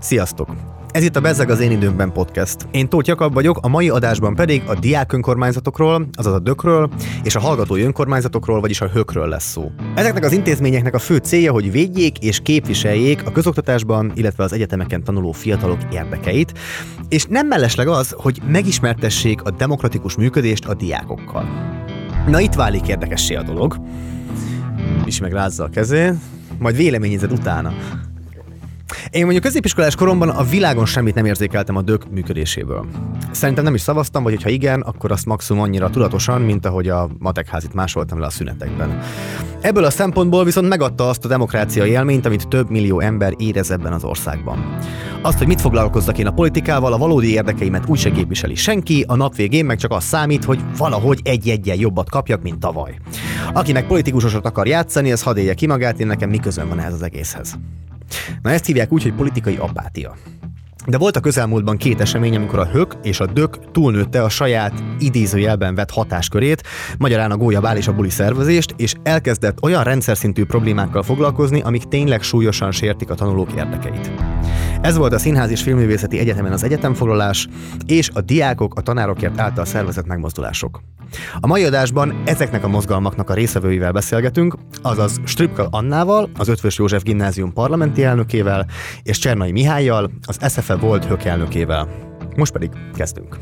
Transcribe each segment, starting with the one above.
Sziasztok! Ez itt a Bezzeg az én időmben podcast. Én Tóth Jakab vagyok, a mai adásban pedig a diák önkormányzatokról, azaz a dökről, és a hallgatói önkormányzatokról, vagyis a hökről lesz szó. Ezeknek az intézményeknek a fő célja, hogy védjék és képviseljék a közoktatásban, illetve az egyetemeken tanuló fiatalok érdekeit, és nem mellesleg az, hogy megismertessék a demokratikus működést a diákokkal. Na itt válik érdekessé a dolog. És meg rázza a kezét, majd véleményezed utána. Én mondjuk középiskolás koromban a világon semmit nem érzékeltem a dök működéséből. Szerintem nem is szavaztam, vagy ha igen, akkor azt maximum annyira tudatosan, mint ahogy a matekházit másoltam le a szünetekben. Ebből a szempontból viszont megadta azt a demokrácia élményt, amit több millió ember érez ebben az országban. Azt, hogy mit foglalkozzak én a politikával, a valódi érdekeimet úgyse képviseli senki, a nap végén meg csak az számít, hogy valahogy egy-egyen jobbat kapjak, mint tavaly. Aki meg politikusosat akar játszani, az hadd élje ki magát, én nekem mi közön van ehhez az egészhez. Na ezt hívják úgy, hogy politikai apátia. De volt a közelmúltban két esemény, amikor a hök és a dök túlnőtte a saját idézőjelben vett hatáskörét, magyarán a gólyabál és a buli szervezést, és elkezdett olyan rendszerszintű problémákkal foglalkozni, amik tényleg súlyosan sértik a tanulók érdekeit. Ez volt a Színház és Filmművészeti Egyetemen az egyetemfoglalás, és a diákok a tanárokért által szervezett megmozdulások. A mai adásban ezeknek a mozgalmaknak a részvevőivel beszélgetünk, azaz Strübkal Annával, az Eötvös József Gimnázium parlamenti elnökével, és Csernai Mihályjal, az SZFE volt hök elnökével. Most pedig kezdünk.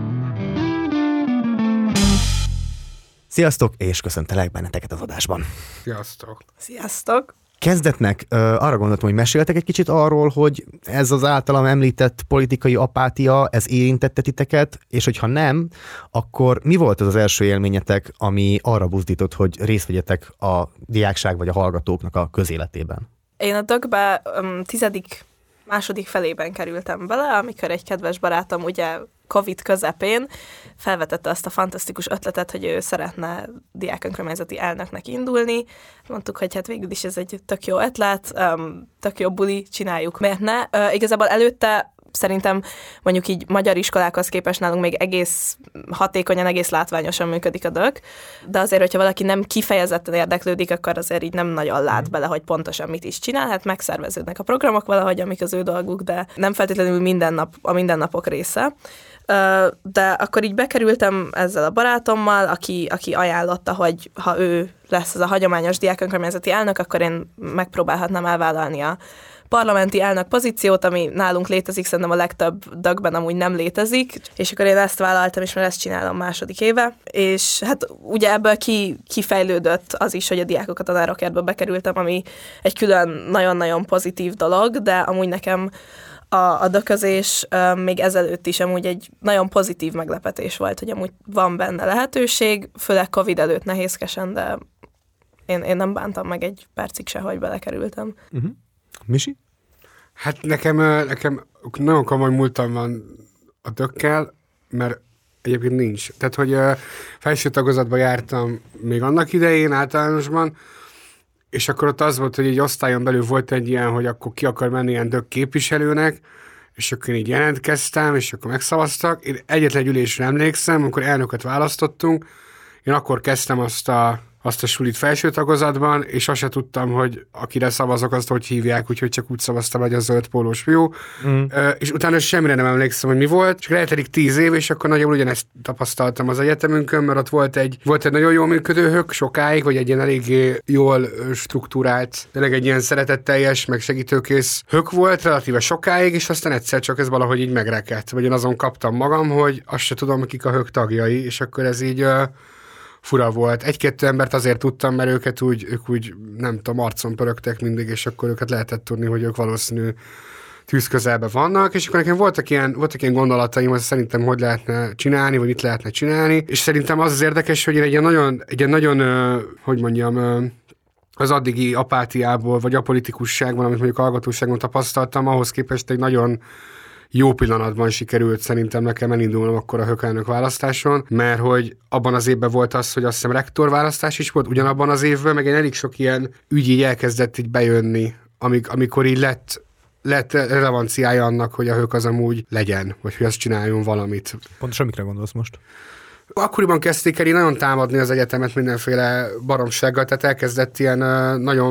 Sziasztok, és köszöntelek benneteket az adásban. Sziasztok. Sziasztok. Kezdetnek arra gondoltam, hogy meséltek egy kicsit arról, hogy ez az általam említett politikai apátia, ez érintette titeket, és hogyha nem, akkor mi volt az első élményetek, ami arra buzdított, hogy részt vegyetek a diákság vagy a hallgatóknak a közéletében? Én a dökbe 10. második felében kerültem bele, amikor egy kedves barátom ugye Covid közepén felvetette azt a fantasztikus ötletet, hogy ő szeretne diák önkormányzati elnöknek indulni. Mondtuk, hogy hát végül is ez egy tök jó ötlet, tök jó buli, csináljuk, miért ne? Igazából előtte szerintem mondjuk így magyar iskolákhoz képest nálunk még egész hatékonyan, egész látványosan működik a dök, de azért, hogyha valaki nem kifejezetten érdeklődik, akkor azért így nem nagyon lát bele, hogy pontosan mit is csinál, hát megszerveződnek a programok valahogy, amik az ő dolguk, de nem feltétlenül a mindennapok része. De akkor így bekerültem ezzel a barátommal, aki ajánlotta, hogy ha ő lesz az a hagyományos diák önkormányzati elnök, akkor én megpróbálhatnám elvállalni a parlamenti elnök pozíciót, ami nálunk létezik, szerintem a legtöbb dökben amúgy nem létezik, és akkor én ezt vállaltam, és már ezt csinálom második éve, és hát ugye ebből kifejlődött az is, hogy a diákok a tanárokértbe bekerültem, ami egy külön nagyon-nagyon pozitív dolog, de amúgy nekem a döközés még ezelőtt is amúgy egy nagyon pozitív meglepetés volt, hogy amúgy van benne lehetőség, főleg Covid előtt nehézkesen, de én nem bántam meg egy percig se, hogy belekerültem. Uh-huh. Misi? Hát nekem nagyon komoly múltam van a dökkel, mert egyébként nincs. Tehát, hogy felső tagozatba jártam még annak idején általánosban, és akkor ott az volt, hogy egy osztályon belül volt egy ilyen, hogy akkor ki akar menni ilyen dök képviselőnek, és akkor én így jelentkeztem, és akkor megszavaztak. Én egyetlen egy ülésre emlékszem, amikor elnököt választottunk, én akkor kezdtem azt a sulit felső tagozatban, és azt se tudtam, hogy akire szavazok, azt hogy hívják, úgyhogy csak úgy szavaztam, hogy a zöld pólós fiú. És utána semmire nem emlékszem, hogy mi volt. És eltelik 10 év, és akkor nagyjából ugyanezt tapasztaltam az egyetemünkön, mert ott volt egy nagyon jól működő hök sokáig, vagy egy ilyen eléggé jól struktúrált, tényleg egy ilyen szeretetteljes, meg segítőkész hök volt relatíve sokáig, és aztán egyszer csak ez valahogy így megrekedt. Vagy én azon kaptam magam, hogy azt se tudom, kik a hök tagjai, és akkor ez így fura volt. Egy-kettő embert azért tudtam, mert ők úgy, nem tudom, arcon pörögtek mindig, és akkor őket lehetett tudni, hogy ők valószínű tűz közelben vannak, és akkor nekem voltak ilyen gondolataim, hogy szerintem hogy lehetne csinálni, vagy mit lehetne csinálni, és szerintem az érdekes, hogy én egy ilyen nagyon hogy mondjam, az addigi apátiából, vagy apolitikusságban, amit mondjuk hallgatóságon tapasztaltam, ahhoz képest egy nagyon jó pillanatban sikerült szerintem nekem elindulnom akkor a hökelnök választáson, mert hogy abban az évben volt az, hogy azt hiszem rektor választás is volt, ugyanabban az évben, meg egy elég sok ilyen ügy így elkezdett így bejönni, amikor így lett relevanciája annak, hogy a hök az amúgy legyen, vagy hogy azt csináljon valamit. Pontosan mikre gondolsz most? Akkoriban kezdték el nagyon támadni az egyetemet mindenféle baromsággal, tehát elkezdett ilyen nagyon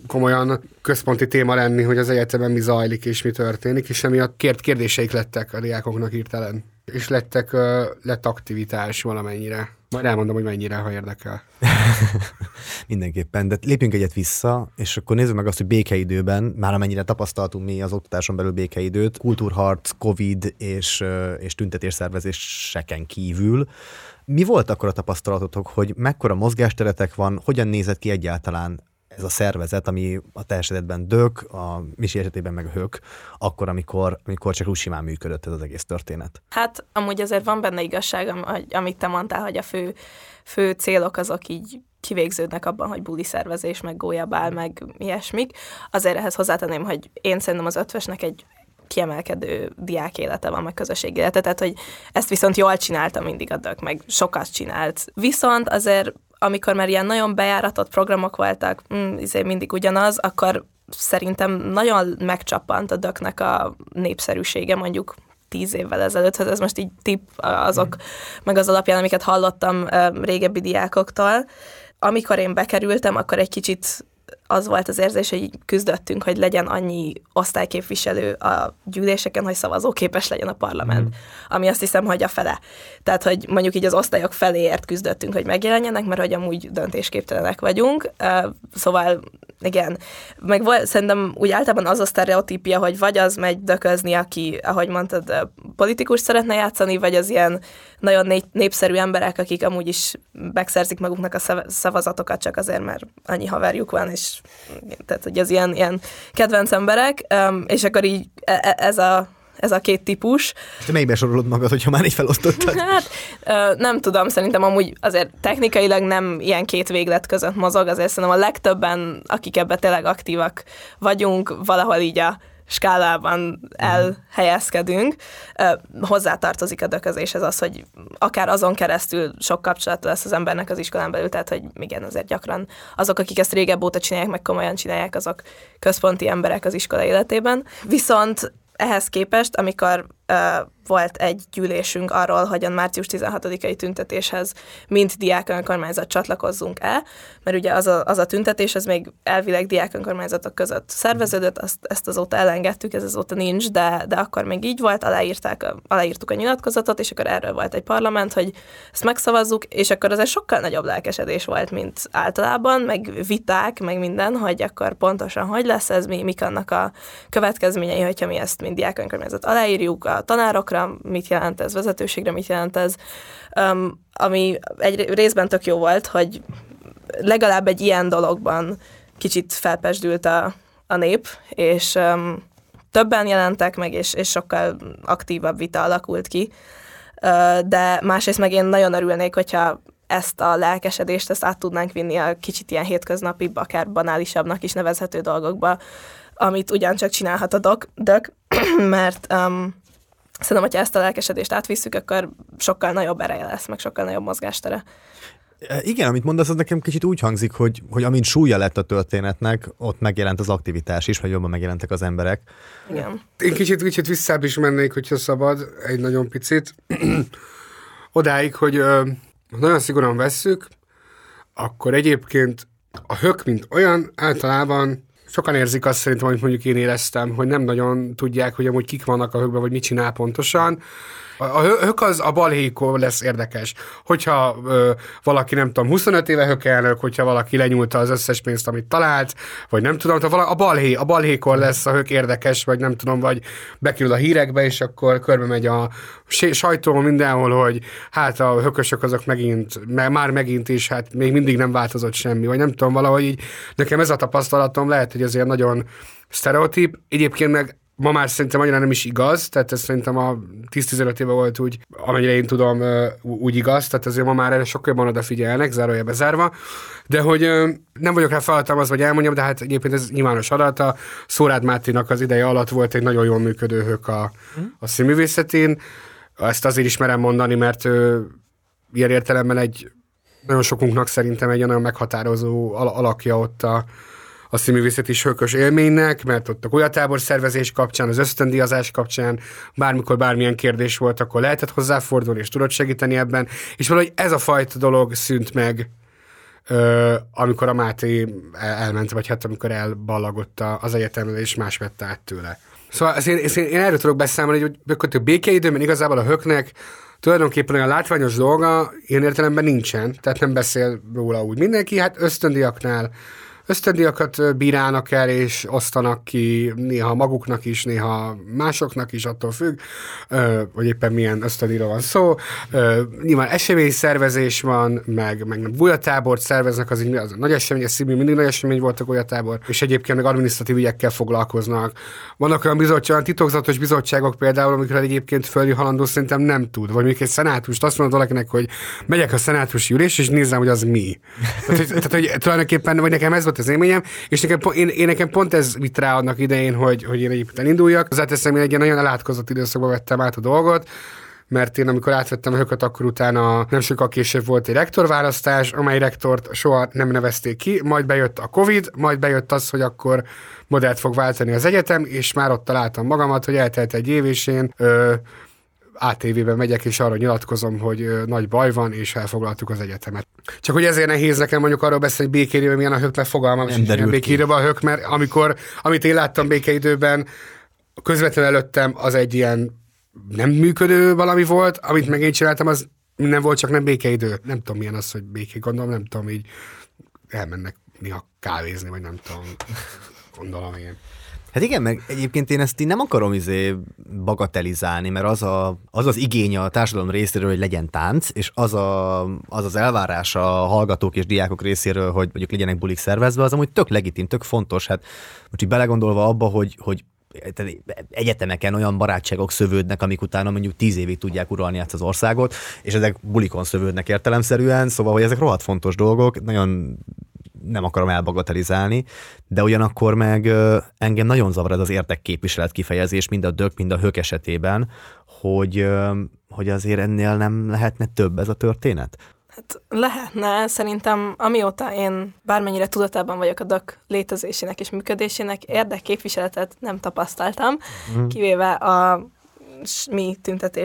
komolyan központi téma lenni, hogy az egyetemen mi zajlik és mi történik, és emiatt kérdéseik lettek a diákoknak hirtelen. És lett aktivitás valamennyire. Majd elmondom, hogy mennyire, ha érdekel. Mindenképpen, de lépjünk egyet vissza, és akkor nézzük meg azt, hogy békeidőben, már amennyire tapasztaltunk mi az oktatáson belül békeidőt, kultúrharc, Covid és tüntetésszervezéseken kívül, mi volt akkor a tapasztalatotok, hogy mekkora mozgásteretek van, hogyan nézett ki egyáltalán ez a szervezet, ami a te esetedben DÖK, a Misi esetében meg a HÖK, akkor, amikor csak úgy simán működött ez az egész történet? Hát amúgy azért van benne igazság, amit te mondtál, hogy a fő célok azok így kivégződnek abban, hogy buli szervezés, meg gólyabál, meg ilyesmik. Azért ehhez hozzátenném, hogy én szerintem az ötvösnek egy kiemelkedő diák élete van, meg közösségi élete, tehát hogy ezt viszont jól csinálta mindig a DÖK, meg sokat csinált. Viszont azért amikor már ilyen nagyon bejáratott programok voltak, mindig ugyanaz, akkor szerintem nagyon megcsappant a DÖK-nek a népszerűsége mondjuk 10 évvel ezelőtt, ez most így tipp azok, meg az alapján, amiket hallottam régebbi diákoktól. Amikor én bekerültem, akkor egy kicsit az volt az érzés, hogy így küzdöttünk, hogy legyen annyi osztályképviselő a gyűléseken, hogy szavazóképes legyen a parlament. Ami azt hiszem, hogy a fele. Tehát, hogy mondjuk így az osztályok feléért küzdöttünk, hogy megjelenjenek, mert hogy amúgy döntésképtelenek vagyunk. Szóval igen. Meg szerintem úgy általában az a sztereotípia, hogy vagy az megy döközni, aki, ahogy mondtad, politikus szeretne játszani, vagy az ilyen nagyon népszerű emberek, akik amúgy is megszerzik maguknak a szavazatokat csak azért, mert annyi haverjuk van, és tehát, hogy az ilyen kedvenc emberek, és akkor így ez a két típus. Te melyikben sorolod magad, hogyha már így felosztottad? Hát nem tudom, szerintem amúgy azért technikailag nem ilyen két véglet között mozog, azért szerintem a legtöbben, akik ebben tényleg aktívak vagyunk, valahol így a skálában elhelyezkedünk. Hozzátartozik a döközéshez az, hogy akár azon keresztül sok kapcsolata lesz az embernek az iskolán belül, tehát hogy igen, azért gyakran azok, akik ezt régebb óta csinálják, meg komolyan csinálják, azok központi emberek az iskola életében. Viszont ehhez képest, amikor volt egy gyűlésünk arról, hogy a március 16-ai tüntetéshez mint diákönkormányzat csatlakozzunk-e, mert ugye az a tüntetés, ez még elvileg diákönkormányzatok között szerveződött, ezt azóta elengedtük, ez azóta nincs, de akkor még így volt, aláírtuk a nyilatkozatot, és akkor erről volt egy parlament, hogy ezt megszavazzuk, és akkor azért sokkal nagyobb lelkesedés volt, mint általában, meg viták, meg minden, hogy akkor pontosan hogy lesz ez, mik annak a következményei, hogyha mi ezt mint diákönkormányzat aláírjuk, a tanárokra, mit jelent ez, vezetőségre, mit jelent ez, ami egy részben tök jó volt, hogy legalább egy ilyen dologban kicsit felpesdült a nép, és többen jelentek meg, és sokkal aktívabb vita alakult ki, de másrészt meg én nagyon örülnék, hogyha ezt a lelkesedést, ezt át tudnánk vinni a kicsit ilyen hétköznapibb, akár banálisabbnak is nevezhető dolgokba, amit ugyancsak csinálhat a DÖK, mert szerintem, hogyha ezt a lelkesedést átvisszük, akkor sokkal nagyobb ereje lesz, meg sokkal nagyobb mozgástere. Igen, amit mondasz, az nekem kicsit úgy hangzik, hogy amint súlya lett a történetnek, ott megjelent az aktivitás is, vagy jobban megjelentek az emberek. Igen. Én kicsit visszább is mennék, hogyha szabad, egy nagyon picit. Odáig, hogy nagyon szigorúan vesszük, akkor egyébként a HÖK, mint olyan, általában sokan érzik azt szerintem, amit mondjuk én éreztem, hogy nem nagyon tudják, hogy amúgy kik vannak a HÖK-ben, vagy mit csinál pontosan. A HÖK az a balhékor lesz érdekes. Hogyha valaki, nem tudom, 25 éve HÖK elnök, hogyha valaki lenyúlta az összes pénzt, amit talált, vagy nem tudom, a balhékor lesz a HÖK érdekes, vagy nem tudom, vagy bekerül a hírekbe, és akkor körbe megy a sajtó mindenhol, hogy hát a hökösök azok már megint is, hát még mindig nem változott semmi, vagy nem tudom, valahogy így. Nekem ez a tapasztalatom, lehet, hogy azért nagyon sztereotíp. Egyébként meg ma már szerintem annyira nem is igaz, tehát ez szerintem a 10-15 éve volt úgy, amennyire én tudom, úgy igaz, tehát azért ma már erre sokkal jobban odafigyelnek, zárója bezárva, de hogy nem vagyok rá felhatalmazva, vagy elmondjam, de hát egyébként ez nyilvános adat, a Szórád Máténak az ideje alatt volt egy nagyon jól működő HÖK a színművészetén. Ezt azért is merem mondani, mert ilyen értelemben nagyon sokunknak szerintem egy nagyon meghatározó alakja ott a színművészeti HÖK-ös élménynek, mert ott a golyatábor szervezés kapcsán, az ösztöndíjazás kapcsán, bármikor bármilyen kérdés volt, akkor lehetett hozzáfordulni, és tudott segíteni ebben, és valahogy ez a fajta dolog szűnt meg amikor a Máté elment, vagy hát amikor elballagott az egyetemről, és más vette át tőle. Szóval én erről tudok beszámolni, hogy a békeidőben igazából a Höknek tulajdonképpen olyan látványos dolga ilyen értelemben nincsen, tehát nem beszél róla úgy mindenki, hát ösztöndíjakat bírálnak el, és osztanak ki néha maguknak is, néha másoknak is, attól függ, hogy éppen milyen ösztöndíjról van szó. Nyilván eseményszervezés van, meg gólyatábort szerveznek, az a nagy esemény, ez mindig nagy esemény volt a gólyatábor, és egyébként meg adminisztratív ügyekkel foglalkoznak. Vannak olyan titokzatos bizottságok például, amikor egyébként földi halandó szerintem nem tud, vagy mondjuk egy szenátust azt mondod valakinek, hogy megyek a szenátusi ülés, és nézzem, hogy az mi. Tehát, hogy tulajdonképpen, vagy nekem ez volt az élményem, és nekem pont ez vitt rá annak idején, hogy én egyébként elinduljak. Hozzáteszem, én egy ilyen nagyon elátkozott időszakban vettem át a dolgot, mert én amikor átvettem a Hököt, akkor utána nem sokkal később volt egy rektorválasztás, amely rektort soha nem nevezték ki, majd bejött a Covid, majd bejött az, hogy akkor modellt fog váltani az egyetem, és már ott találtam magamat, hogy eltelt egy év, és én ATV-ben megyek, és arra nyilatkozom, hogy nagy baj van, és elfoglaltuk az egyetemet. Csak hogy ezért nehéz nekem mondjuk arról beszélni, hogy békeidőben milyen a Hök, mert fogalmam sincs, milyen békeidőben a Hök, mert amit én láttam békeidőben, közvetlenül előttem az egy ilyen nem működő valami volt, amit meg én csináltam, az nem volt, csak nem békeidő. Nem tudom, milyen az, hogy béké, gondolom, nem tudom, így elmennek néha kávézni, vagy nem tudom, gondolom én. Hát igen, meg egyébként én ezt így nem akarom bagatelizálni, mert az igény a társadalom részéről, hogy legyen tánc, és az elvárás a hallgatók és diákok részéről, hogy mondjuk legyenek bulik szervezve, az amúgy tök legitim, tök fontos. Hát most így belegondolva abba, hogy egyetemeken olyan barátságok szövődnek, amik utána mondjuk 10 évig tudják uralni ezt az országot, és ezek bulikon szövődnek értelemszerűen, szóval, hogy ezek rohadt fontos dolgok, nagyon nem akarom elbagatelizálni, de ugyanakkor meg engem nagyon zavar ez az érdekképviselet kifejezés, mind a Dök, mind a Hök esetében, hogy azért ennél nem lehetne több ez a történet? Hát lehetne, szerintem amióta én bármennyire tudatában vagyok a Dök létezésének és működésének, érdekképviseletet nem tapasztaltam, kivéve a mi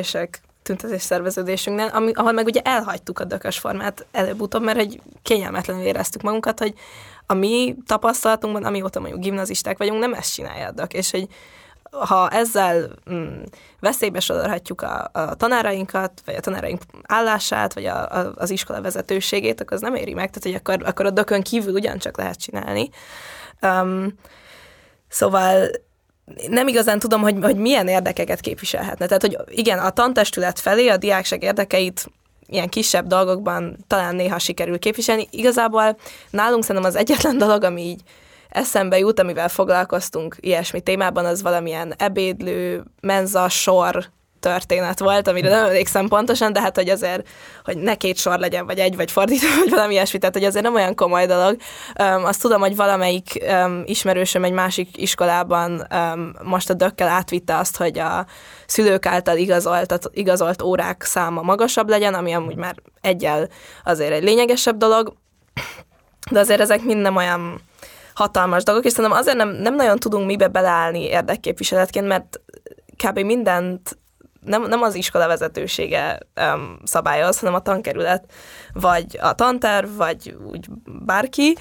tüntetésszerveződésünknél, ahol meg ugye elhagytuk a dökös formát előbb-utóbb, mert hogy kényelmetlenül éreztük magunkat, hogy a mi tapasztalatunkban, amióta mondjuk gimnazisták vagyunk, nem ezt csinálja a Dök, és hogy ha ezzel veszélybe sodorhatjuk a tanárainkat, vagy a tanáraink állását, vagy az iskola vezetőségét, akkor az nem éri meg, tehát hogy akkor a Dökön kívül ugyancsak lehet csinálni. Szóval nem igazán tudom, hogy milyen érdekeket képviselhetne. Tehát, hogy igen, a tantestület felé a diákság érdekeit ilyen kisebb dolgokban talán néha sikerül képviselni. Igazából nálunk szerintem az egyetlen dolog, ami így eszembe jut, amivel foglalkoztunk ilyesmi témában, az valamilyen ebédlő, menza sor történet volt, amire nem emlékszem pontosan, de hát, hogy azért, hogy ne 2 sor legyen, vagy egy, vagy fordítva, vagy valami ilyesmi, tehát, hogy azért nem olyan komoly dolog. Azt tudom, hogy valamelyik ismerősöm egy másik iskolában most a Dökkel átvitte azt, hogy a szülők által igazolt órák száma magasabb legyen, ami amúgy már egyel azért egy lényegesebb dolog, de azért ezek mind nem olyan hatalmas dolgok, és szerintem azért nem nagyon tudunk mibe beleállni érdekképviseletként, mert kb. Mindent nem az iskola vezetősége szabályoz, hanem a tankerület, vagy a tanterv, vagy úgy bárki,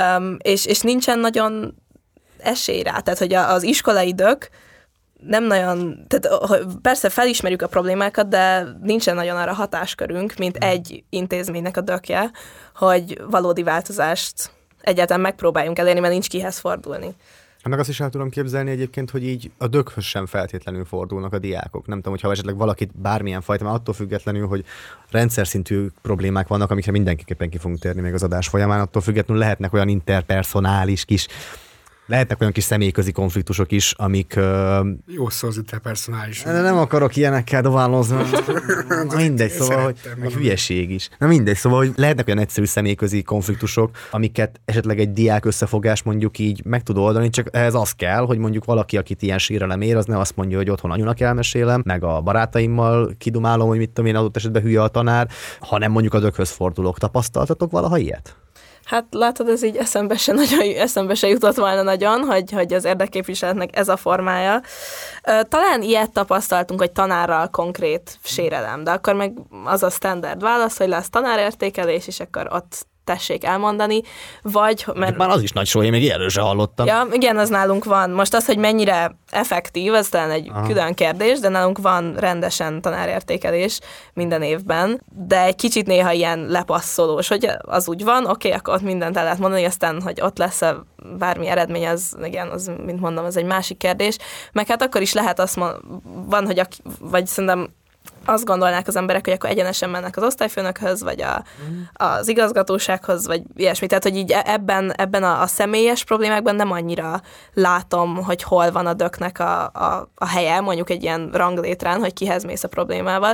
és nincsen nagyon esély rá. Tehát, hogy az iskolai Dök nem nagyon, tehát persze felismerjük a problémákat, de nincsen nagyon arra hatáskörünk, mint egy intézménynek a Dökje, hogy valódi változást egyáltalán megpróbáljunk elérni, mert nincs kihez fordulni. Annak azt is el tudom képzelni egyébként, hogy így a Dökhöz sem feltétlenül fordulnak a diákok. Nem tudom, hogyha esetleg valakit bármilyen fajta, mert attól függetlenül, hogy rendszer szintű problémák vannak, amikre mindenképpen ki fogunk térni még az adás folyamán, attól függetlenül lehetnek olyan interpersonális lehetnek olyan kis személyközi konfliktusok is, amik... Jó szó az interpersonális. Nem akarok ilyenekkel dobálózni. Mindegy, szóval, hogy hülyeség is. Na mindegy, szóval, hogy lehetnek olyan egyszerű személyközi konfliktusok, amiket esetleg egy diák összefogás mondjuk így meg tud oldani, csak ehhez az kell, hogy mondjuk valaki, akit ilyen sírelem ér, az ne azt mondja, hogy otthon anyunak elmesélem, meg a barátaimmal kidumálom, hogy mit tudom én, adott esetben hülye a tanár, hanem mondjuk a Dökhöz fordulok. Tapasztaltatok valaha ilyet? Hát látod, ez így eszembe se jutott volna nagyon, hogy az érdekképviseletnek ez a formája. Talán ilyet tapasztaltunk, hogy tanárral konkrét sérelem, de akkor meg az a standard válasz, hogy lesz tanárértékelés, és akkor ott tessék elmondani, vagy... Mert már az is nagy só, én még erről sem hallottam. Ja, igen, az nálunk van. Most az, hogy mennyire effektív, az talán egy külön kérdés, de nálunk van rendesen tanárértékelés minden évben, de egy kicsit néha ilyen lepasszolós, hogy az úgy van, oké, akkor ott mindent el lehet mondani, aztán, hogy ott lesz bármi eredmény, az, igen, az, mint mondom, az egy másik kérdés. Meg hát akkor is lehet azt van, hogy vagy szerintem azt gondolnák az emberek, hogy akkor egyenesen mennek az osztályfőnökhöz, vagy az igazgatósághoz, vagy ilyesmi. Tehát, hogy így ebben a személyes problémákban nem annyira látom, hogy hol van a döknek a helye, mondjuk egy ilyen ranglétrán, hogy kihez mész a problémával,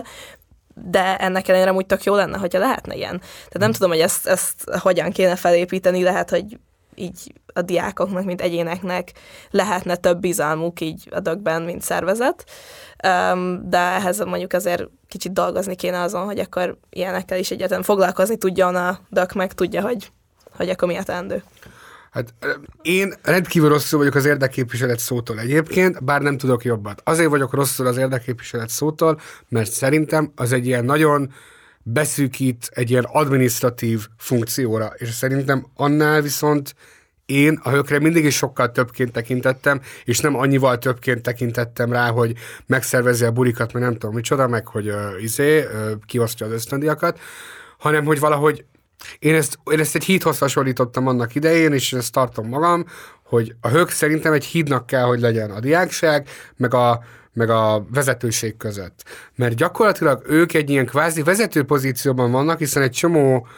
de ennek ellenére úgy tök jó lenne, hogyha lehetne ilyen. Tehát nem tudom, hogy ezt hogyan kéne felépíteni, lehet, hogy így a diákoknak, mint egyéneknek lehetne több bizalmuk így a dökben, mint szervezet, de ehhez mondjuk azért kicsit dolgozni kéne azon, hogy akkor ilyenekkel is egyáltalán foglalkozni tudjon a dök, meg tudja, hogy akkor mi a teendő. Hát én rendkívül rosszul vagyok az érdekképviselet szótól egyébként, bár nem tudok jobbat. Azért vagyok rosszul az érdekképviselet szótól, mert szerintem az egy ilyen nagyon beszűkít egy ilyen adminisztratív funkcióra, és szerintem annál viszont én a hökre mindig is sokkal többként tekintettem, és nem annyival többként tekintettem rá, hogy megszervezi a bulikat, meg nem tudom micsoda, meg hogy kiosztja az ösztöndiakat, hanem hogy valahogy én ezt egy hídhoz hasonlítottam annak idején, és ezt tartom magam, hogy a hök szerintem egy hídnak kell, hogy legyen a diákság, meg a vezetőség között. Mert gyakorlatilag ők egy ilyen kvázi vezető pozícióban vannak, hiszen egy csomó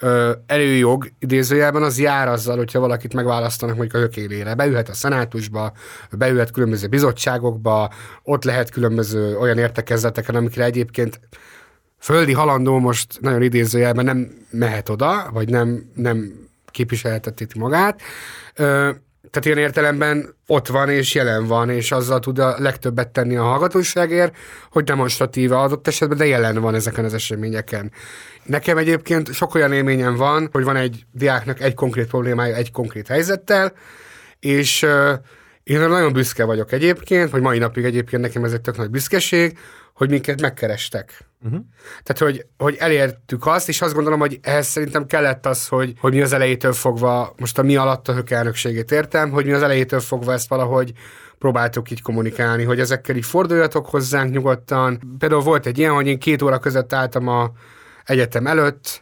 előjog idézőjelben az jár azzal, hogyha valakit megválasztanak mondjuk a hök élére. Beülhet a szenátusba, beülhet különböző bizottságokba, ott lehet különböző olyan értekezleteken, amikre egyébként földi halandó most nagyon idézőjelben nem mehet oda, vagy nem képviselheteti magát. Tehát ilyen értelemben ott van és jelen van, és azzal tud a legtöbbet tenni a hallgatóságért, hogy demonstratíve adott esetben, de jelen van ezeken az eseményeken. Nekem egyébként sok olyan élményem van, hogy van egy diáknak egy konkrét problémája egy konkrét helyzettel, és én nagyon büszke vagyok egyébként, vagy mai napig egyébként nekem ez egy tök nagy büszkeség, hogy minket megkerestek. Tehát, hogy elértük azt, és azt gondolom, hogy ehhez szerintem kellett az, hogy mi az elejétől fogva, most a mi alatt a hök elnökségét értem, hogy mi az elejétől fogva ezt valahogy próbáltuk így kommunikálni, hogy ezekkel így forduljatok hozzánk nyugodtan. Például volt egy ilyen, hogy én 2 óra között álltam a egyetem előtt,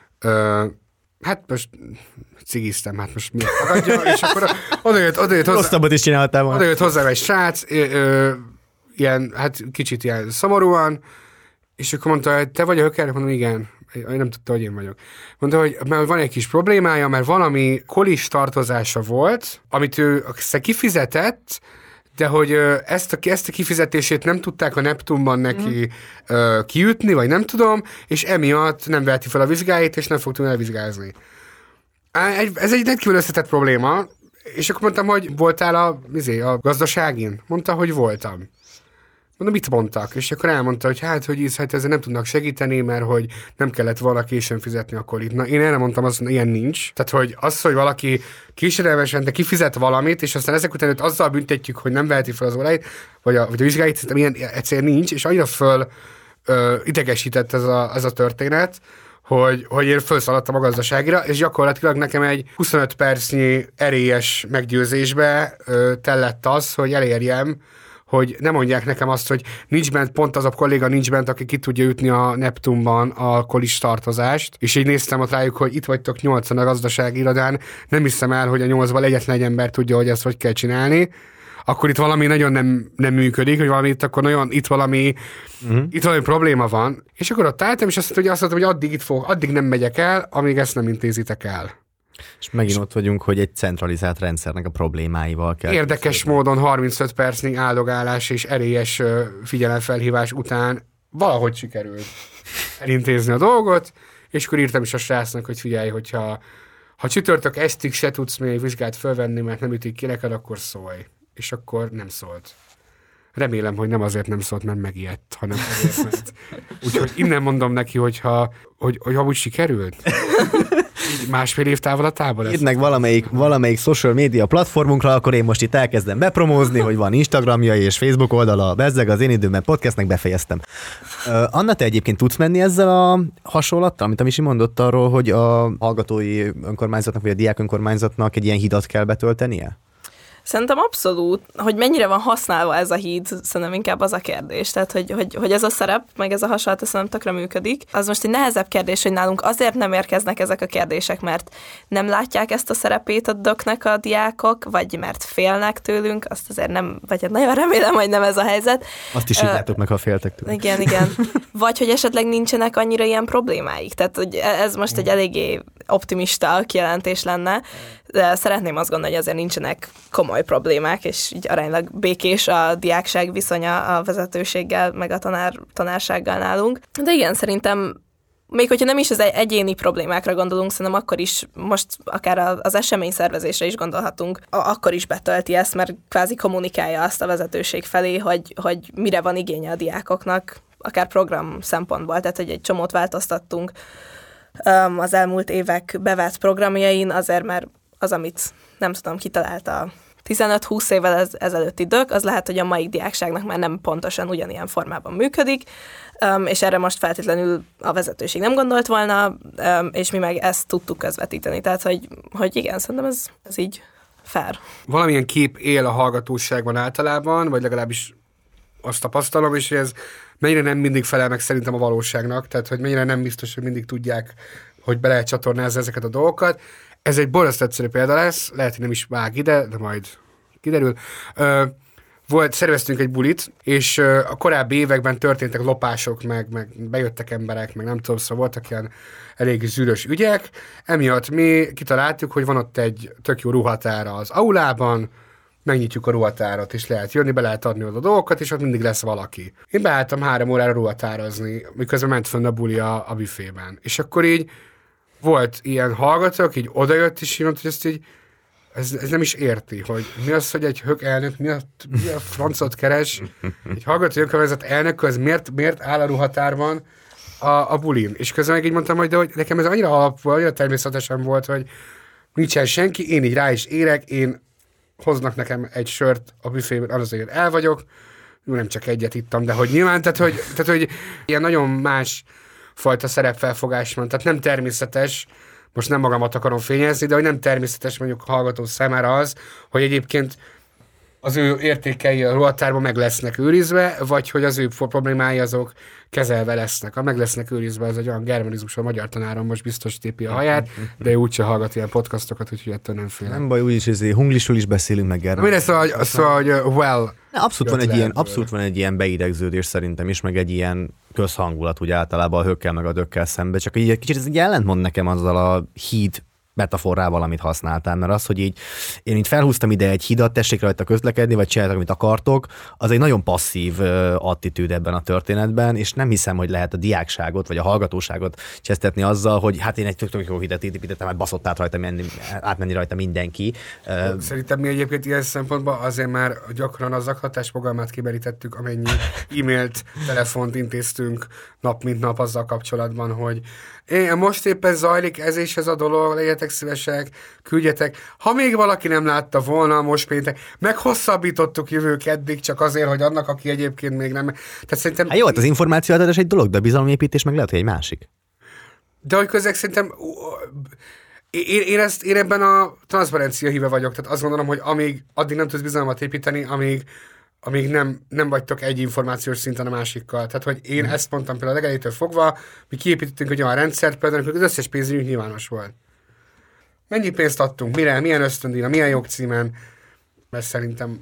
hát most cigiztem, hát most miért tagadja, és akkor oda jött hozzám egy srác, ilyen, hát kicsit ilyen szomorúan, és akkor mondta, hogy te vagy a höker? Mondom, igen. Én nem tudta, hogy én vagyok. Mondta, hogy mert van egy kis problémája, mert valami kolis tartozása volt, amit ő kifizetett, de hogy ezt a kifizetését nem tudták a Neptunban neki kiütni, vagy nem tudom, és emiatt nem veheti fel a vizsgáit, és nem fog tudni elvizsgázni. Ez egy rendkívül összetett probléma, és akkor mondtam, hogy voltál a gazdaságin? Mondta, hogy voltam. Mondom, mit mondtak? És akkor elmondta, hogy hát ezzel nem tudnak segíteni, mert hogy nem kellett volna későn fizetni a kolit. Na, én erre mondtam, hogy ilyen nincs. Tehát, hogy az, hogy valaki késedelmesen, de kifizet valamit, és aztán ezek után őt azzal büntetjük, hogy nem veheti fel az óráit, vagy a vizsgáit, szerintem ilyen egyszerűen nincs, és annyira idegesített ez a történet, hogy én felszaladtam a gazdaságira, és gyakorlatilag nekem egy 25 percnyi erélyes meggyőzésbe tellett az, hogy elérjem, hogy ne mondják nekem azt, hogy nincs bent, pont az a kolléga nincs bent, aki ki tudja ütni a Neptunban a kolis tartozást, és így néztem ott rájuk, hogy itt vagytok 8-an a gazdasági irodán, nem hiszem el, hogy a 8-ban egyetlen egy ember tudja, hogy ezt hogy kell csinálni, akkor itt valami nagyon nem működik, hogy valami itt valami probléma van. És akkor ott álltam, és azt mondtam, hogy addig nem megyek el, amíg ezt nem intézitek el. És megint ott vagyunk, hogy egy centralizált rendszernek a problémáival kell. Érdekes módon 35 percnyi áldogálás és erélyes figyelemfelhívás után valahogy sikerült elintézni a dolgot, és akkor írtam is a srácnak, hogy figyelj, hogyha csütörtök estig se tudsz még vizsgát fölvenni, mert nem ütik ki neked, akkor szólj. És akkor nem szólt. Remélem, hogy nem azért nem szólt, mert megijedt, hanem azért, mert... Úgyhogy innen mondom neki, hogy úgy sikerült. Másfél év távolatából? Írnek valamelyik social media platformunkra, akkor én most itt elkezdem bepromózni, hogy van Instagramja és Facebook oldala, bezzeg az én időmben podcastnek befejeztem. Anna, te egyébként tudsz menni ezzel a hasonlattal, amit a Misi mondott arról, hogy a hallgatói önkormányzatnak vagy a diák önkormányzatnak egy ilyen hidat kell betöltenie? Szerintem abszolút, hogy mennyire van használva ez a híd, szerintem inkább az a kérdés. Tehát, hogy ez a szerep, meg ez a hasonlat, szerintem tökre működik. Az most egy nehezebb kérdés, hogy nálunk azért nem érkeznek ezek a kérdések, mert nem látják ezt a szerepét a döknek a diákok, vagy mert félnek tőlünk, azt azért nem, vagy hát nagyon remélem, hogy nem ez a helyzet. Azt is tudjátok meg, ha féltek tőlünk. Igen. Vagy hogy esetleg nincsenek annyira ilyen problémáik. Tehát, hogy ez most egy eléggé optimista kijelentés lenne, de szeretném azt gondolni, hogy azért nincsenek komoly problémák, és így aránylag békés a diákság viszonya a vezetőséggel, meg a tanársággal nálunk. De igen, szerintem még hogyha nem is az egyéni problémákra gondolunk, szerintem akkor is, most akár az esemény szervezésre is gondolhatunk, akkor is betölti ezt, mert kvázi kommunikálja azt a vezetőség felé, hogy mire van igénye a diákoknak, akár program szempontból, tehát hogy egy csomót változtattunk az elmúlt évek bevett programjain, azért mert az, amit nem tudom, kitalálta 15-20 évvel ezelőtti dök, az lehet, hogy a mai diákságnak már nem pontosan ugyanilyen formában működik, és erre most feltétlenül a vezetőség nem gondolt volna, és mi meg ezt tudtuk közvetíteni. Tehát, hogy igen, szerintem ez így fair. Valamilyen kép él a hallgatóságban általában, vagy legalábbis azt tapasztalom, és ez mennyire nem mindig felel meg szerintem a valóságnak, tehát hogy mennyire nem biztos, hogy mindig tudják, hogy be lehet csatornázni ezeket a dolgokat. Ez egy borzasztó egyszerű példa lesz, lehet, hogy nem is vág ide, de majd kiderül. Szerveztünk egy bulit, és a korábbi években történtek lopások, meg bejöttek emberek, meg nem tudom, szóval voltak ilyen elég zűrös ügyek. Emiatt mi kitaláltuk, hogy van ott egy tök jó ruhatára az aulában, megnyitjuk a ruhatárat, és lehet jönni, be lehet adni oda dolgokat, és ott mindig lesz valaki. Én beálltam 3 órára ruhatározni, miközben ment fönn a buli a büfében. És akkor így volt ilyen hallgató, aki így odajött, és így mondta, hogy ezt így, ez nem is érti, hogy mi az, hogy egy hök elnök, mi a francot keres, egy hallgató önkormányzat elnök, az miért áll a ruhatárban a bulin. És közben meg így mondtam, hogy, de hogy nekem ez annyira alapból, annyira természetesen volt, hogy nincsen senki, én így rá is érek, én hoznak nekem egy sört a büfében, azért el vagyok, nem csak egyet ittam, de hogy nyilván, tehát hogy ilyen nagyon más fajta szerepfelfogás van, tehát nem természetes, most nem magamat akarom fényezni, de hogy nem természetes mondjuk a hallgató számára az, hogy egyébként az ő értékei a ruhatárban meg lesznek őrizve, vagy hogy az ő problémái azok kezelve lesznek. Ha meg lesznek őrizve, az egy olyan germanizmus, a magyar tanárom most biztos tépi a haját, de ő úgyse hallgat ilyen podcastokat, úgyhogy ettől nem félek. Nem baj, úgyis hunglisról is beszélünk meg germanizmusról. Mire szóval, hogy well... Abszolút van egy ilyen beidegződés szerintem is, meg egy ilyen közhangulat úgy általában a hökkel meg a dökkel szembe. Csak így egy kicsit ez így ellentmond nekem azzal a híd metaforával, amit használtál, mert az, hogy így én így felhúztam ide egy hidat, tessék rajta közlekedni, vagy csináltak, amit akartok, az egy nagyon passzív attitűd ebben a történetben, és nem hiszem, hogy lehet a diákságot, vagy a hallgatóságot csesztetni azzal, hogy hát én egy tök jó hidat építettem, hát baszott átmenni rajta mindenki. Szerintem mi egyébként ilyen szempontban azért már gyakran a zaklatás fogalmát kimerítettük, amennyi e-mailt, telefont intéztünk nap mint nap azzal kapcsolatban, hogy most éppen zajlik ez és ez a dolog, legyetek szívesek, küldjetek. Ha még valaki nem látta volna, most péntek, meghosszabbítottuk jövő keddig csak azért, hogy annak, aki egyébként még nem... Tehát szerintem... Hát jó, az információadás egy dolog, de a bizalomépítés meg lehet, hogy egy másik. De hogy közben szerintem... Én ebben a transzparencia híve vagyok, tehát azt gondolom, hogy addig nem tudsz bizalmat építeni, amíg nem vagytok egy információs szinten a másikkal. Tehát, hogy én ezt mondtam például a legelejétől fogva, mi kiépítettünk egy olyan rendszert, például, amikor az összes pénzügyünk nyilvános volt. Mennyi pénzt adtunk, mire, milyen ösztöndíjra, milyen jogcímen, mert szerintem